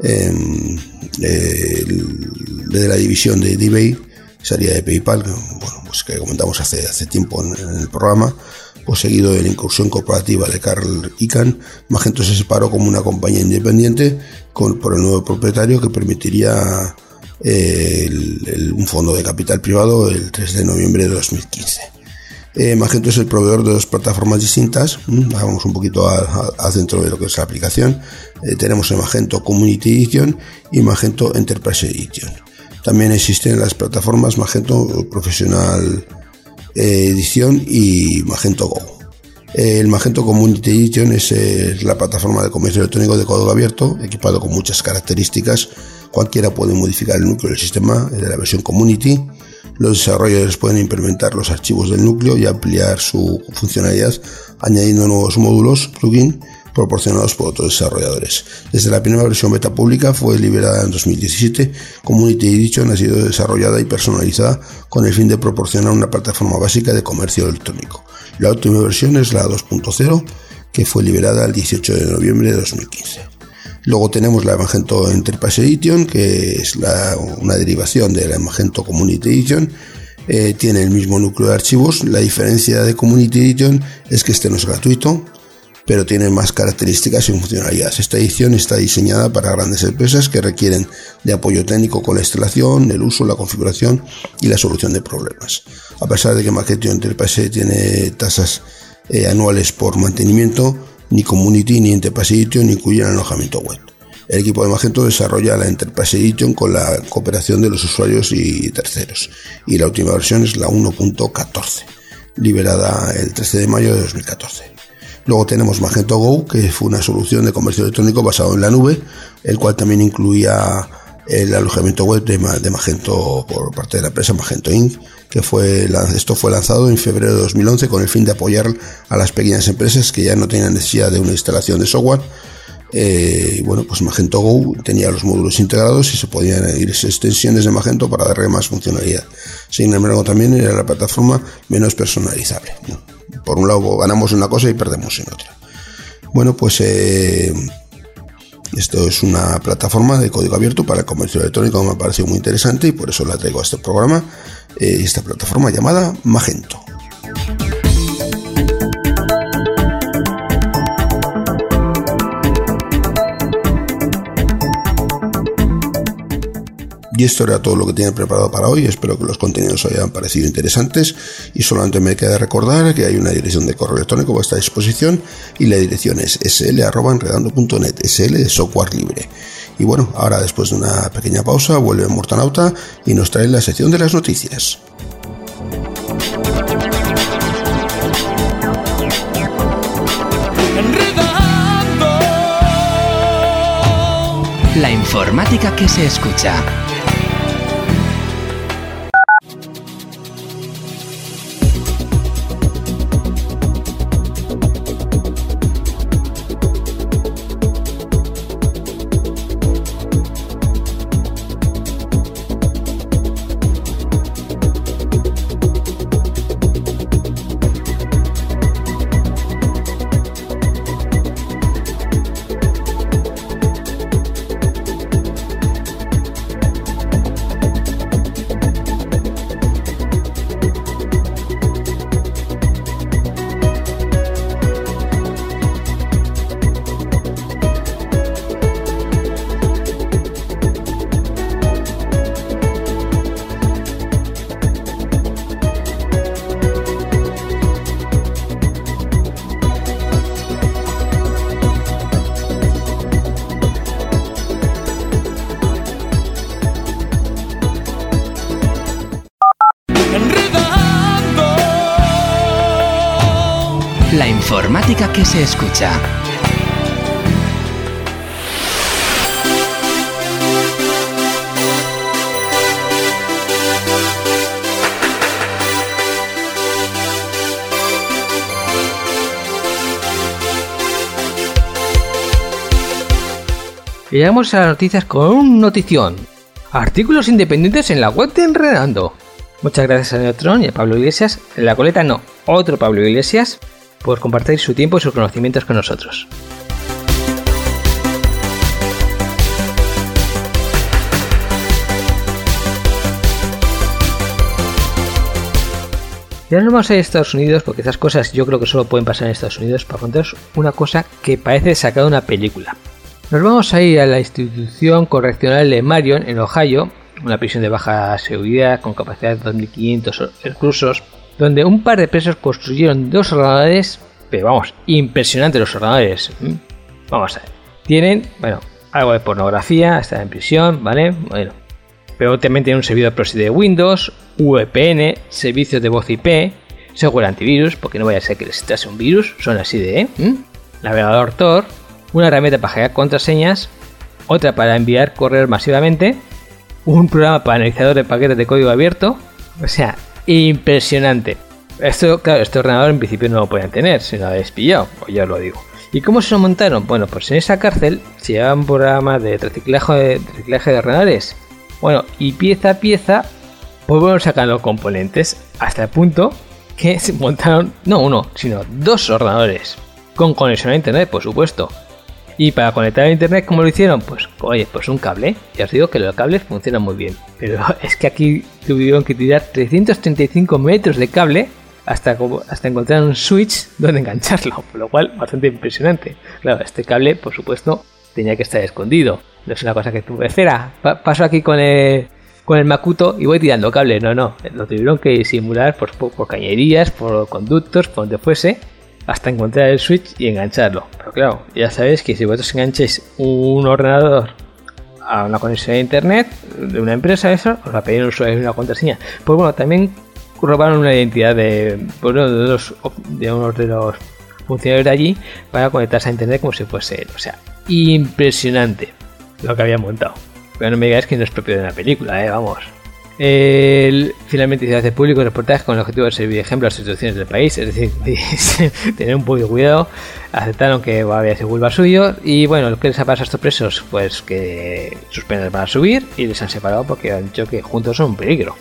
[SPEAKER 4] de la división de eBay, salida de PayPal, bueno, pues que comentamos hace tiempo en el programa, pues seguido de la incursión corporativa de Carl Icahn, Magento se separó como una compañía independiente por el nuevo propietario, que permitiría un fondo de capital privado el 3 de noviembre de 2015. Magento es el proveedor de dos plataformas distintas. Vamos un poquito al centro de lo que es la aplicación. Tenemos el Magento Community Edition y Magento Enterprise Edition. También existen las plataformas Magento Professional Edition y Magento Go. El Magento Community Edition es la plataforma de comercio electrónico de código abierto, equipado con muchas características. Cualquiera puede modificar el núcleo del sistema de la versión Community. Los desarrolladores pueden implementar los archivos del núcleo y ampliar su funcionalidad añadiendo nuevos módulos, plugins, proporcionados por otros desarrolladores. Desde la primera versión beta pública fue liberada en 2017, Community Edition ha sido desarrollada y personalizada con el fin de proporcionar una plataforma básica de comercio electrónico. La última versión es la 2.0, que fue liberada el 18 de noviembre de 2015. Luego tenemos la Magento Enterprise Edition, que es una derivación de la Magento Community Edition. Tiene el mismo núcleo de archivos. La diferencia de Community Edition es que este no es gratuito, pero tiene más características y funcionalidades. Esta edición está diseñada para grandes empresas que requieren de apoyo técnico con la instalación, el uso, la configuración y la solución de problemas. A pesar de que Magento Enterprise tiene tasas anuales por mantenimiento, ni Community, ni Enterprise Edition incluyen alojamiento web. El equipo de Magento desarrolla la Enterprise Edition con la cooperación de los usuarios y terceros, y la última versión es la 1.14, liberada el 13 de mayo de 2014. Luego tenemos Magento Go, que fue una solución de comercio electrónico basado en la nube, el cual también incluía el alojamiento web de Magento por parte de la empresa Magento Inc., esto fue lanzado en febrero de 2011 con el fin de apoyar a las pequeñas empresas que ya no tenían necesidad de una instalación de software. Pues Magento Go tenía los módulos integrados y se podían añadir extensiones de Magento para darle más funcionalidad. Sin embargo, también era la plataforma menos personalizable. Por un lado ganamos una cosa y perdemos en otra. Esto es una plataforma de código abierto para el comercio electrónico que me ha parecido muy interesante y por eso la traigo a este programa, esta plataforma llamada Magento. Y esto era todo lo que tenía preparado para hoy. Espero que los contenidos os hayan parecido interesantes y solamente me queda recordar que hay una dirección de correo electrónico a vuestra disposición y la dirección es sl@enredando.net, sl de software libre. Y bueno, ahora después de una pequeña pausa vuelve Mortanauta y nos trae la sección de las noticias.
[SPEAKER 2] La informática que se escucha. La informática que se escucha.
[SPEAKER 3] Y llegamos a las noticias con un notición. Artículos independientes en la web de Enredando. Muchas gracias a Neutron y a Pablo Iglesias, en la coleta no, otro Pablo Iglesias, por compartir su tiempo y sus conocimientos con nosotros. Y ahora nos vamos a ir a Estados Unidos, porque esas cosas yo creo que solo pueden pasar en Estados Unidos, para contaros una cosa que parece sacada de una película. Nos vamos a ir a la institución correccional de Marion, en Ohio, una prisión de baja seguridad con capacidad de 2.500 reclusos, donde un par de presos construyeron 2 ordenadores, pero vamos, impresionantes los ordenadores. Vamos a ver, tienen, algo de pornografía, están en prisión, ¿vale? Bueno, pero también tienen un servidor proxy de Windows, VPN, servicios de voz IP, software antivirus, porque no vaya a ser que les entrase un virus, son así de, navegador Tor, una herramienta para hackear contraseñas, otra para enviar correos masivamente, un programa para analizador de paquetes de código abierto, o sea, impresionante. Esto, claro, este ordenador en principio no lo podían tener, si no lo habéis pillado, pues ya os lo digo. ¿Y cómo se lo montaron? Bueno, pues en esa cárcel se llevaban un programa de reciclaje de ordenadores. Bueno, y pieza a pieza, pues bueno, sacan los componentes, hasta el punto que se montaron, no uno, sino 2 ordenadores, con conexión a internet, por supuesto. Y para conectar a internet, ¿cómo lo hicieron? Pues, oye, pues un cable. Ya os digo que los cables funcionan muy bien. Pero es que aquí tuvieron que tirar 335 metros de cable hasta encontrar un switch donde engancharlo. Por lo cual, bastante impresionante. Claro, este cable, por supuesto, tenía que estar escondido. No es una cosa que tú, espera, paso aquí con el Makuto y voy tirando cable. No. Lo tuvieron que simular por cañerías, por conductos, por donde fuese. hasta encontrar el switch y engancharlo. Pero claro, ya sabéis que si vosotros engancháis un ordenador a una conexión de internet de una empresa, eso os va a pedir un usuario y una contraseña. Pues bueno, también robaron una identidad de uno de los funcionarios de allí para conectarse a internet como si fuese él. O sea, impresionante lo que había montado. Pero no me digáis que no es propio de una película, vamos. Finalmente se hace público el reportaje con el objetivo de servir de ejemplo a las instituciones del país, es decir, tener un poco de cuidado. Aceptaron que había sido culpa suyo y bueno, lo que les ha pasado a estos presos, pues que sus penas van a subir y les han separado porque han dicho que juntos son un peligro.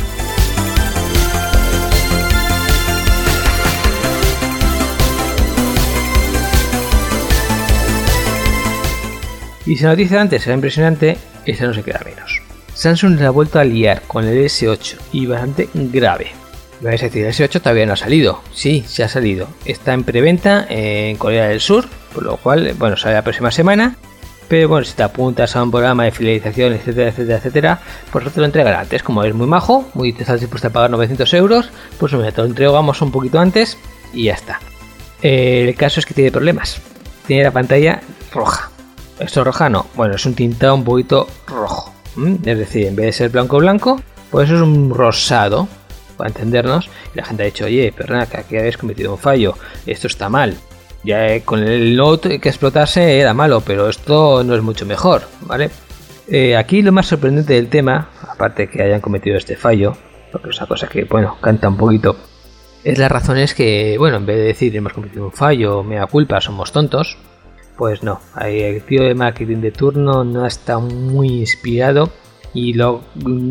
[SPEAKER 3] Y si la noticia de antes era impresionante, esta no se queda menos. Samsung se ha vuelto a liar con el S8 y bastante grave. Me vais a decir, el S8 todavía no ha salido. Sí, se ha salido. Está en preventa en Corea del Sur, por lo cual, bueno, sale la próxima semana. Pero bueno, si te apuntas a un programa de fidelización, etcétera, etcétera, etcétera, pues te lo entregan antes. Como eres muy majo, te estás dispuesto a pagar 900 euros, pues mira, te lo entregamos un poquito antes y ya está. El caso es que tiene problemas. Tiene la pantalla roja. ¿Esto es roja? No. Bueno, es un tintado un poquito rojo. Es decir, en vez de ser blanco, pues es un rosado, para entendernos. Y la gente ha dicho, oye, perdona, que aquí habéis cometido un fallo, esto está mal. Ya con el Note que explotase era malo, pero esto no es mucho mejor, ¿vale? Aquí lo más sorprendente del tema, aparte que hayan cometido este fallo, porque es una cosa que, bueno, canta un poquito, es las razones que, bueno, en vez de decir hemos cometido un fallo, mea culpa, somos tontos, pues no, el tío de marketing de turno no está muy inspirado y lo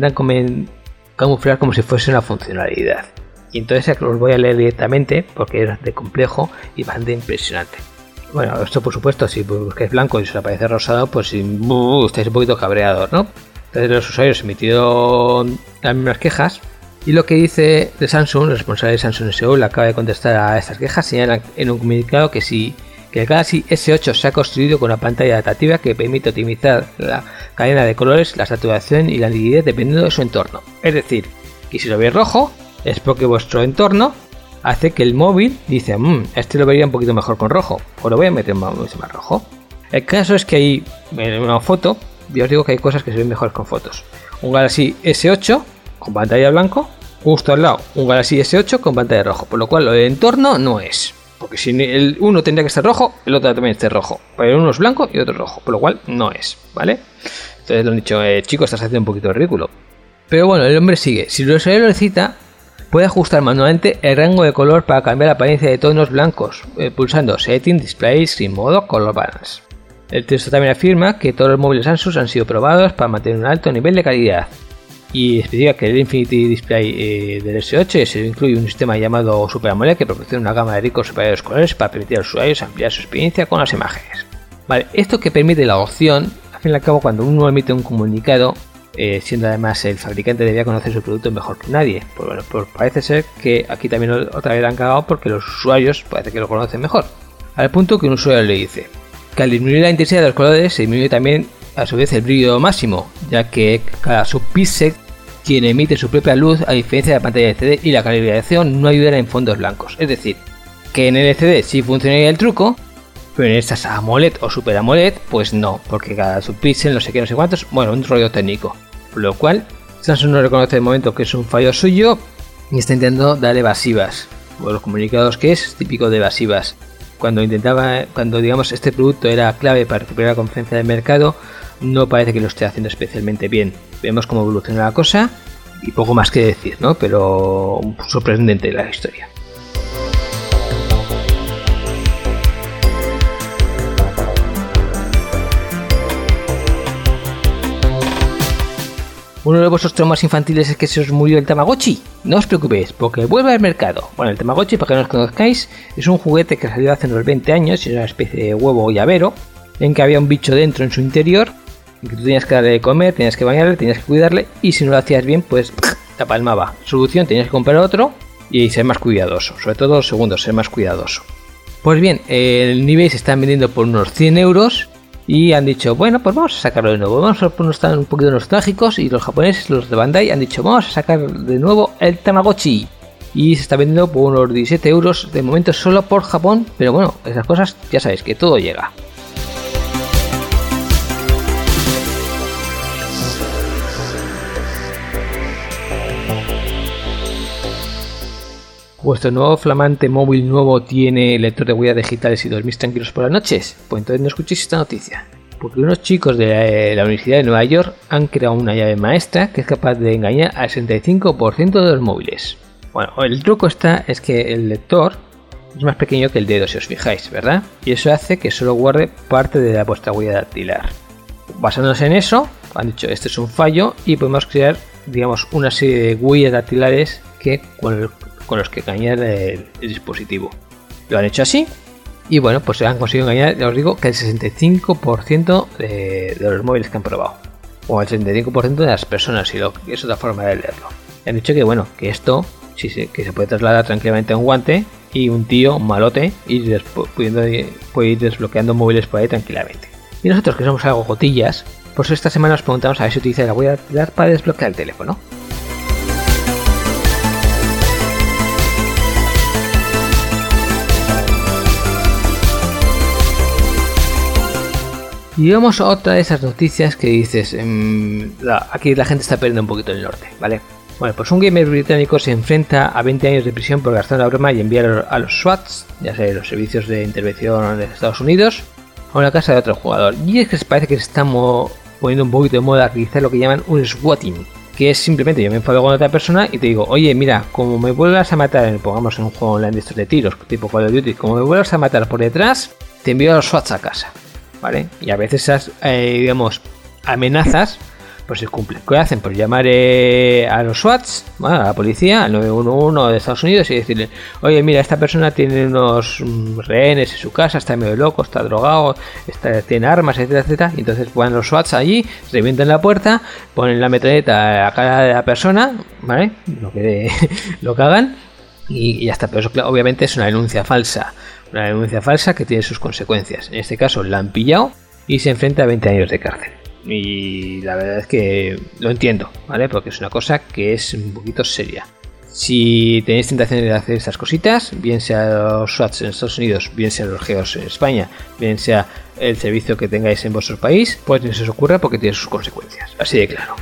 [SPEAKER 3] camuflar como si fuese una funcionalidad. Y entonces os voy a leer directamente porque es bastante complejo y bastante impresionante. Bueno, esto por supuesto, si buscáis blanco y os aparece rosado, pues estáis un poquito cabreados, ¿no? Entonces los usuarios emitieron las mismas quejas y lo que dice de Samsung, el responsable de Samsung Seoul acaba de contestar a estas quejas, señala en un comunicado que el Galaxy S8 se ha construido con una pantalla adaptativa que permite optimizar la cadena de colores, la saturación y la nitidez dependiendo de su entorno. Es decir, que si lo veis rojo es porque vuestro entorno hace que el móvil dice, este lo vería un poquito mejor con rojo, pues lo voy a meter más rojo. El caso es que hay en una foto, yo os digo que hay cosas que se ven mejor con fotos. Un Galaxy S8 con pantalla blanco, justo al lado un Galaxy S8 con pantalla rojo, por lo cual lo del entorno no es. Porque si el uno tendría que estar rojo, el otro también esté rojo. Pero uno es blanco y otro es rojo, por lo cual no es, ¿vale? Entonces lo han dicho, chico, estás haciendo un poquito de ridículo. Pero bueno, el hombre sigue. Si el usuario lo necesita, puede ajustar manualmente el rango de color para cambiar la apariencia de tonos blancos, pulsando Setting, Display, Screen Mode, Color Balance. El texto también afirma que todos los móviles Samsung han sido probados para mantener un alto nivel de calidad. Y especifica que el Infinity Display del S8 se incluye un sistema llamado Super AMOLED que proporciona una gama de ricos y variados colores para permitir a los usuarios ampliar su experiencia con las imágenes. Vale, esto que permite la opción, al fin y al cabo, cuando uno emite un comunicado, siendo además el fabricante debía conocer su producto mejor que nadie. Pues bueno, pues parece ser que aquí también otra vez han cagado porque los usuarios parece que lo conocen mejor. Al punto que un usuario le dice que al disminuir la intensidad de los colores se disminuye también a su vez el brillo máximo, ya que cada subpíxel quien emite su propia luz, a diferencia de la pantalla LCD, y la calibración no ayudará en fondos blancos. Es decir, que en el LCD sí funcionaría el truco, pero en estas AMOLED o Super AMOLED, pues no, porque cada subpíxel no sé qué, no sé cuántos, bueno, un rollo técnico. Por lo cual, Samsung no reconoce de momento que es un fallo suyo y está intentando dar evasivas. Por los comunicados que es típico de evasivas. Cuando digamos este producto era clave para recuperar la confianza del mercado, no parece que lo esté haciendo especialmente bien. Vemos cómo evoluciona la cosa y poco más que decir, ¿no? Pero sorprendente la historia. Uno de vuestros traumas infantiles es que se os murió el Tamagotchi. No os preocupéis, porque vuelve al mercado. Bueno, el Tamagotchi, para que no os conozcáis, es un juguete que salió hace unos 20 años, es una especie de huevo llavero, en que había un bicho dentro en su interior, en que tú tenías que darle de comer, tenías que bañarle, tenías que cuidarle, y si no lo hacías bien, pues te palmaba. Solución, tenías que comprar otro y ser más cuidadoso. Sobre todo los segundos, ser más cuidadoso. Pues bien, el eBay se están vendiendo por unos 100 euros. Y han dicho, bueno, pues vamos a sacarlo de nuevo. Vamos a ponernos un poquito nostálgicos. Y los japoneses, los de Bandai, han dicho, vamos a sacar de nuevo el Tamagotchi. y se está vendiendo por unos 17 euros de momento solo por Japón, pero bueno, esas cosas ya sabéis que todo llega. ¿Vuestro nuevo flamante móvil nuevo tiene lector de huellas digitales y dormís tranquilos por las noches? Pues entonces no escuchéis esta noticia. Porque unos chicos de la Universidad de Nueva York han creado una llave maestra que es capaz de engañar al 65% de los móviles. Bueno, el truco es que el lector es más pequeño que el dedo, si os fijáis, ¿verdad? Y eso hace que solo guarde parte de vuestra huella dactilar. Basándose en eso, han dicho, este es un fallo y podemos crear, digamos, una serie de huellas dactilares que con los que engañar el dispositivo. Lo han hecho así y bueno, pues se han conseguido engañar, ya os digo, que el 65% de los móviles que han probado, o el 65% de las personas, si es otra forma de leerlo. Han dicho que bueno, que esto sí, que se puede trasladar tranquilamente a un guante y un tío malote puede ir desbloqueando móviles por ahí tranquilamente. Y nosotros, que somos algo gotillas, pues esta semana nos preguntamos a ver si utiliza la huella dactilar para desbloquear el teléfono. Y vamos a otra de esas noticias que dices, aquí la gente está perdiendo un poquito el norte, ¿vale? Bueno, pues un gamer británico se enfrenta a 20 años de prisión por gastar una broma y enviar a los SWATs, ya sea los servicios de intervención de Estados Unidos, a una casa de otro jugador. Y es que parece que se está poniendo un poquito de moda realizar lo que llaman un swatting, que es simplemente yo me enfado con otra persona y te digo, oye, mira, como me vuelvas a matar, pongamos en un juego online de estos de tiros, tipo Call of Duty, como me vuelvas a matar por detrás, te envío a los SWATs a casa. ¿Vale? Y a veces esas, amenazas pues se cumplen. ¿Qué hacen? Pues llamar a los SWATs, ¿vale? A la policía, al 911 de Estados Unidos y decirle, oye, mira, esta persona tiene unos rehenes en su casa, está medio loco, está drogado, tiene armas, etcétera, etcétera. Y entonces van los SWATs allí, revientan la puerta, ponen la metralleta a la cara de la persona, ¿vale? Lo que hagan y ya está. Pero eso, claro, obviamente es una denuncia falsa. Una denuncia falsa que tiene sus consecuencias. En este caso la han pillado y se enfrenta a 20 años de cárcel. Y la verdad es que lo entiendo, ¿vale? Porque es una cosa que es un poquito seria. Si tenéis tentaciones de hacer estas cositas, bien sea los SWATs en Estados Unidos, bien sea los GEOs en España, bien sea el servicio que tengáis en vuestro país, pues no se os ocurra porque tiene sus consecuencias. Así de claro.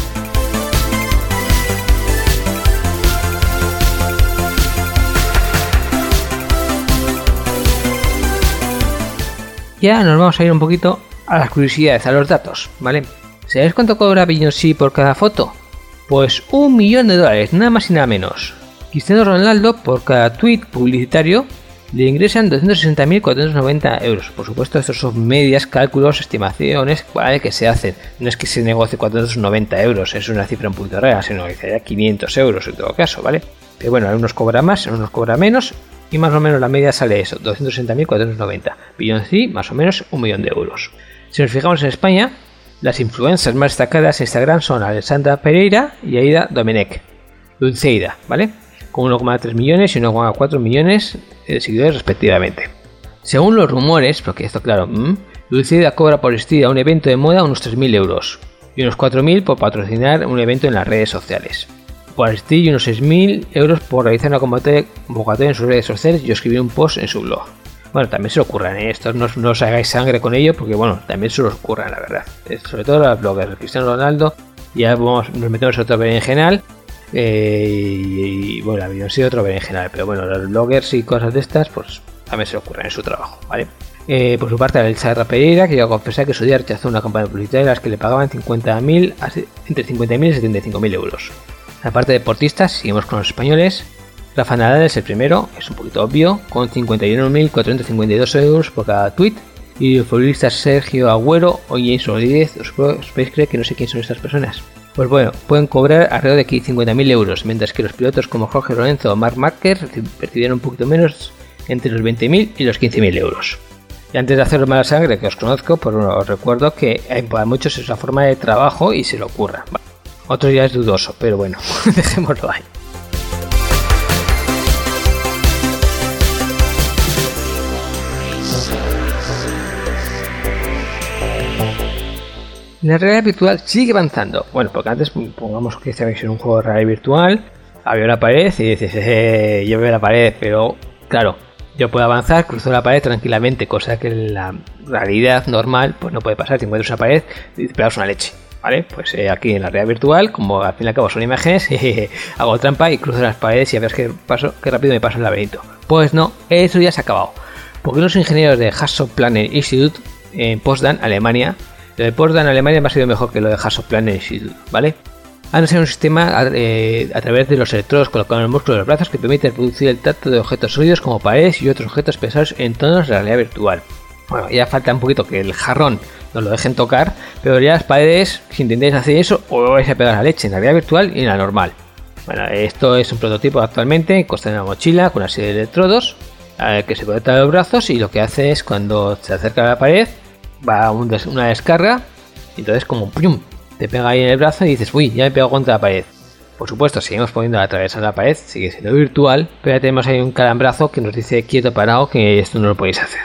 [SPEAKER 3] Ya nos vamos a ir un poquito a las curiosidades, a los datos, ¿vale? ¿Sabéis cuánto cobra Beyoncé por cada foto? Pues $1 millón, nada más y nada menos. Cristiano Ronaldo por cada tweet publicitario le ingresan 260.490 euros. Por supuesto, estos son medias, cálculos, estimaciones, ¿vale? Que se hacen. No es que se negocie 490 euros, es una cifra un poquito rara, se negociaría 500 euros en todo caso, ¿vale? Pero bueno, algunos cobra más, algunos cobra menos. Y más o menos la media sale eso, 260.490. Beyoncé, más o menos $1 millón. Si nos fijamos en España, las influencers más destacadas en Instagram son Alessandra Pereira y Aida Domenech. Dulceida, ¿vale? Con 1,3 millones y 1,4 millones de seguidores respectivamente. Según los rumores, porque esto claro, Dulceida cobra por asistir a un evento de moda unos 3.000 euros y unos 4.000 por patrocinar un evento en las redes sociales. Por asistir y unos 6.000 euros por realizar una convocatoria en sus redes sociales y escribir un post en su blog. Bueno, también se lo ocurran, estos no os hagáis sangre con ello porque bueno, también se los ocurran, la verdad. Sobre todo los bloggers, Cristiano Ronaldo, ya nos metemos en otro berenjenal y bueno, la Beyoncé otro berenjenal, pero bueno, los bloggers y cosas de estas, pues también se lo ocurran en su trabajo, ¿vale? Por su parte, Alessandra Pereira, que llegó a confesar que su día rechazó una campaña publicitaria en las que le pagaban entre 50.000 y 75.000 euros. Aparte de deportistas, seguimos con los españoles. Rafa Nadal es el primero, es un poquito obvio, con 51.452 euros por cada tweet. Y el futbolista Sergio Agüero o James Rodríguez, ¿os podéis creer que no sé quién son estas personas? Pues bueno, pueden cobrar alrededor de 50.000 euros, mientras que los pilotos como Jorge Lorenzo o Marc Márquez recibieron un poquito menos, entre los 20.000 y los 15.000 euros. Y antes de haceros mala sangre, que os conozco, pues bueno, os recuerdo que para muchos es una forma de trabajo y se lo ocurra. Otro ya es dudoso, pero bueno, dejémoslo ahí. La realidad virtual sigue avanzando. Bueno, porque antes pongamos que estabais en un juego de realidad virtual había una pared y dices, yo veo la pared, pero claro, yo puedo avanzar, cruzo la pared tranquilamente, cosa que en la realidad normal pues no puede pasar. Si encuentras una pared y te pegas una leche, ¿vale? Pues aquí en la realidad virtual, como al fin y al cabo son imágenes, hago trampa y cruzo las paredes y a ver qué rápido me paso el laberinto. Pues no, eso ya se ha acabado. Porque unos ingenieros de Hasso-Planet Institute en Potsdam, Alemania, lo de Potsdam, Alemania me ha sido mejor que lo de Hasso-Planet Institute, ¿vale? Han sido un sistema a través de los electrodos colocados en el músculo de los brazos que permite reproducir el tacto de objetos sólidos como paredes y otros objetos pesados en tonos de realidad virtual. Bueno, ya falta un poquito que el jarrón nos lo dejen tocar, pero ya las paredes, si intentáis hacer eso, os vais a pegar la leche en la realidad virtual y en la normal. Bueno, esto es un prototipo actualmente, consta de una mochila con una serie de electrodos que se conecta a los brazos y lo que hace es cuando se acerca a la pared, va una descarga y entonces como ¡pum!, te pega ahí en el brazo y dices, uy, ya me he pegado contra la pared. Por supuesto, seguimos poniendo a atravesar la pared, sigue siendo virtual, pero ya tenemos ahí un calambrazo que nos dice quieto, parado, que esto no lo podéis hacer.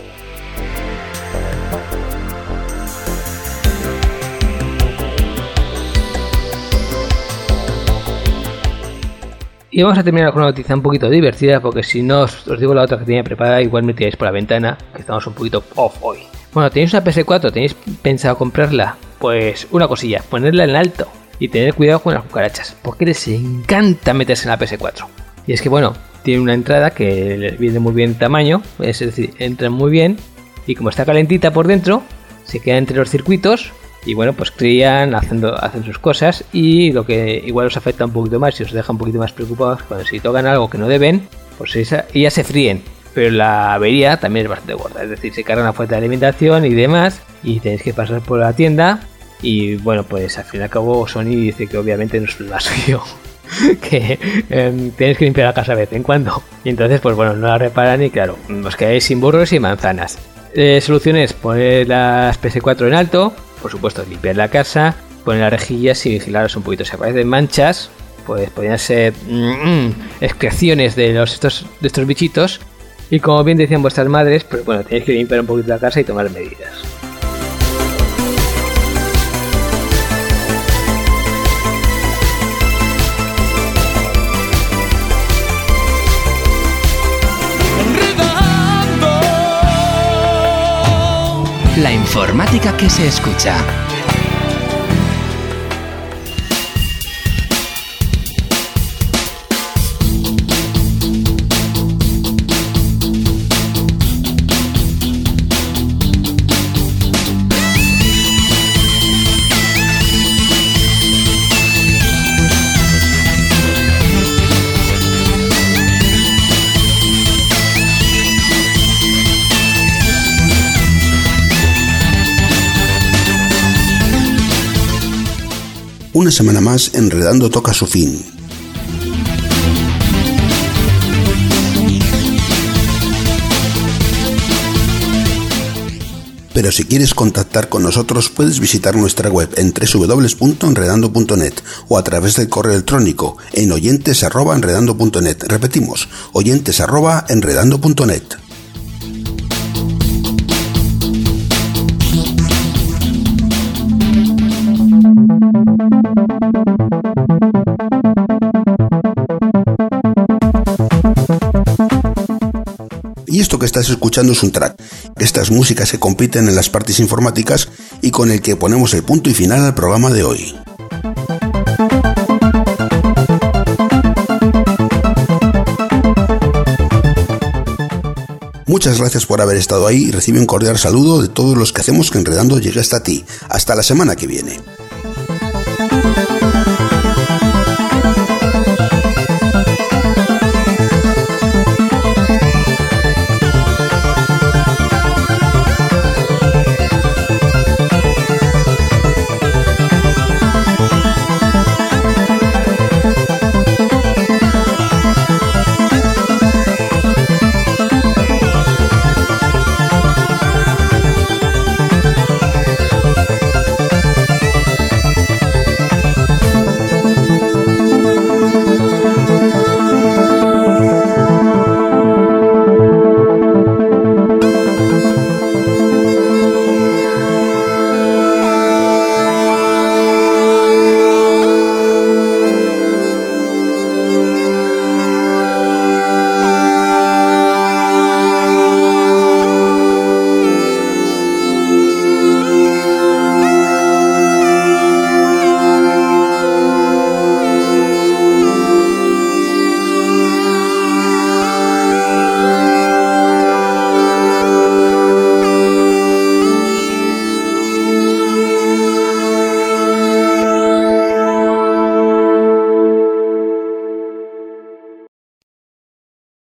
[SPEAKER 3] Y vamos a terminar con una noticia un poquito divertida, porque si no os digo la otra que tenía preparada, igual me tiráis por la ventana, que estamos un poquito off hoy. Bueno, ¿tenéis una PS4? ¿Tenéis pensado comprarla? Pues una cosilla, ponerla en alto y tener cuidado con las cucarachas, porque les encanta meterse en la PS4. Y es que bueno, tiene una entrada que les viene muy bien de tamaño, es decir, entra muy bien y como está calentita por dentro, se queda entre los circuitos y bueno, pues crían, hacen sus cosas y lo que igual os afecta un poquito más y os deja un poquito más preocupados cuando si tocan algo que no deben, pues ellas se fríen. Pero la avería también es bastante gorda, es decir, se carga una fuente de alimentación y demás y tenéis que pasar por la tienda y bueno, pues al fin y al cabo Sony dice que obviamente no es la suyo, que tenéis que limpiar la casa de vez en cuando y entonces pues bueno, no la reparan y claro, os quedáis sin burros y manzanas. Soluciones, poner las PS4 en alto, por supuesto limpiar la casa, poner las rejillas y vigilaros un poquito, si aparecen manchas pues podrían ser excreciones de estos bichitos. Y como bien decían vuestras madres, pues bueno, tenéis que limpiar un poquito la casa y tomar medidas.
[SPEAKER 2] La informática que se escucha.
[SPEAKER 4] Una semana más, Enredando toca su fin. Pero si quieres contactar con nosotros, puedes visitar nuestra web en www.enredando.net o a través del correo electrónico en oyentes@enredando.net. Repetimos, oyentes@enredando.net. Y esto que estás escuchando es un track. Estas músicas que compiten en las partes informáticas y con el que ponemos el punto y final al programa de hoy. Muchas gracias por haber estado ahí y recibe un cordial saludo de todos los que hacemos que Enredando llegue hasta ti. Hasta la semana que viene.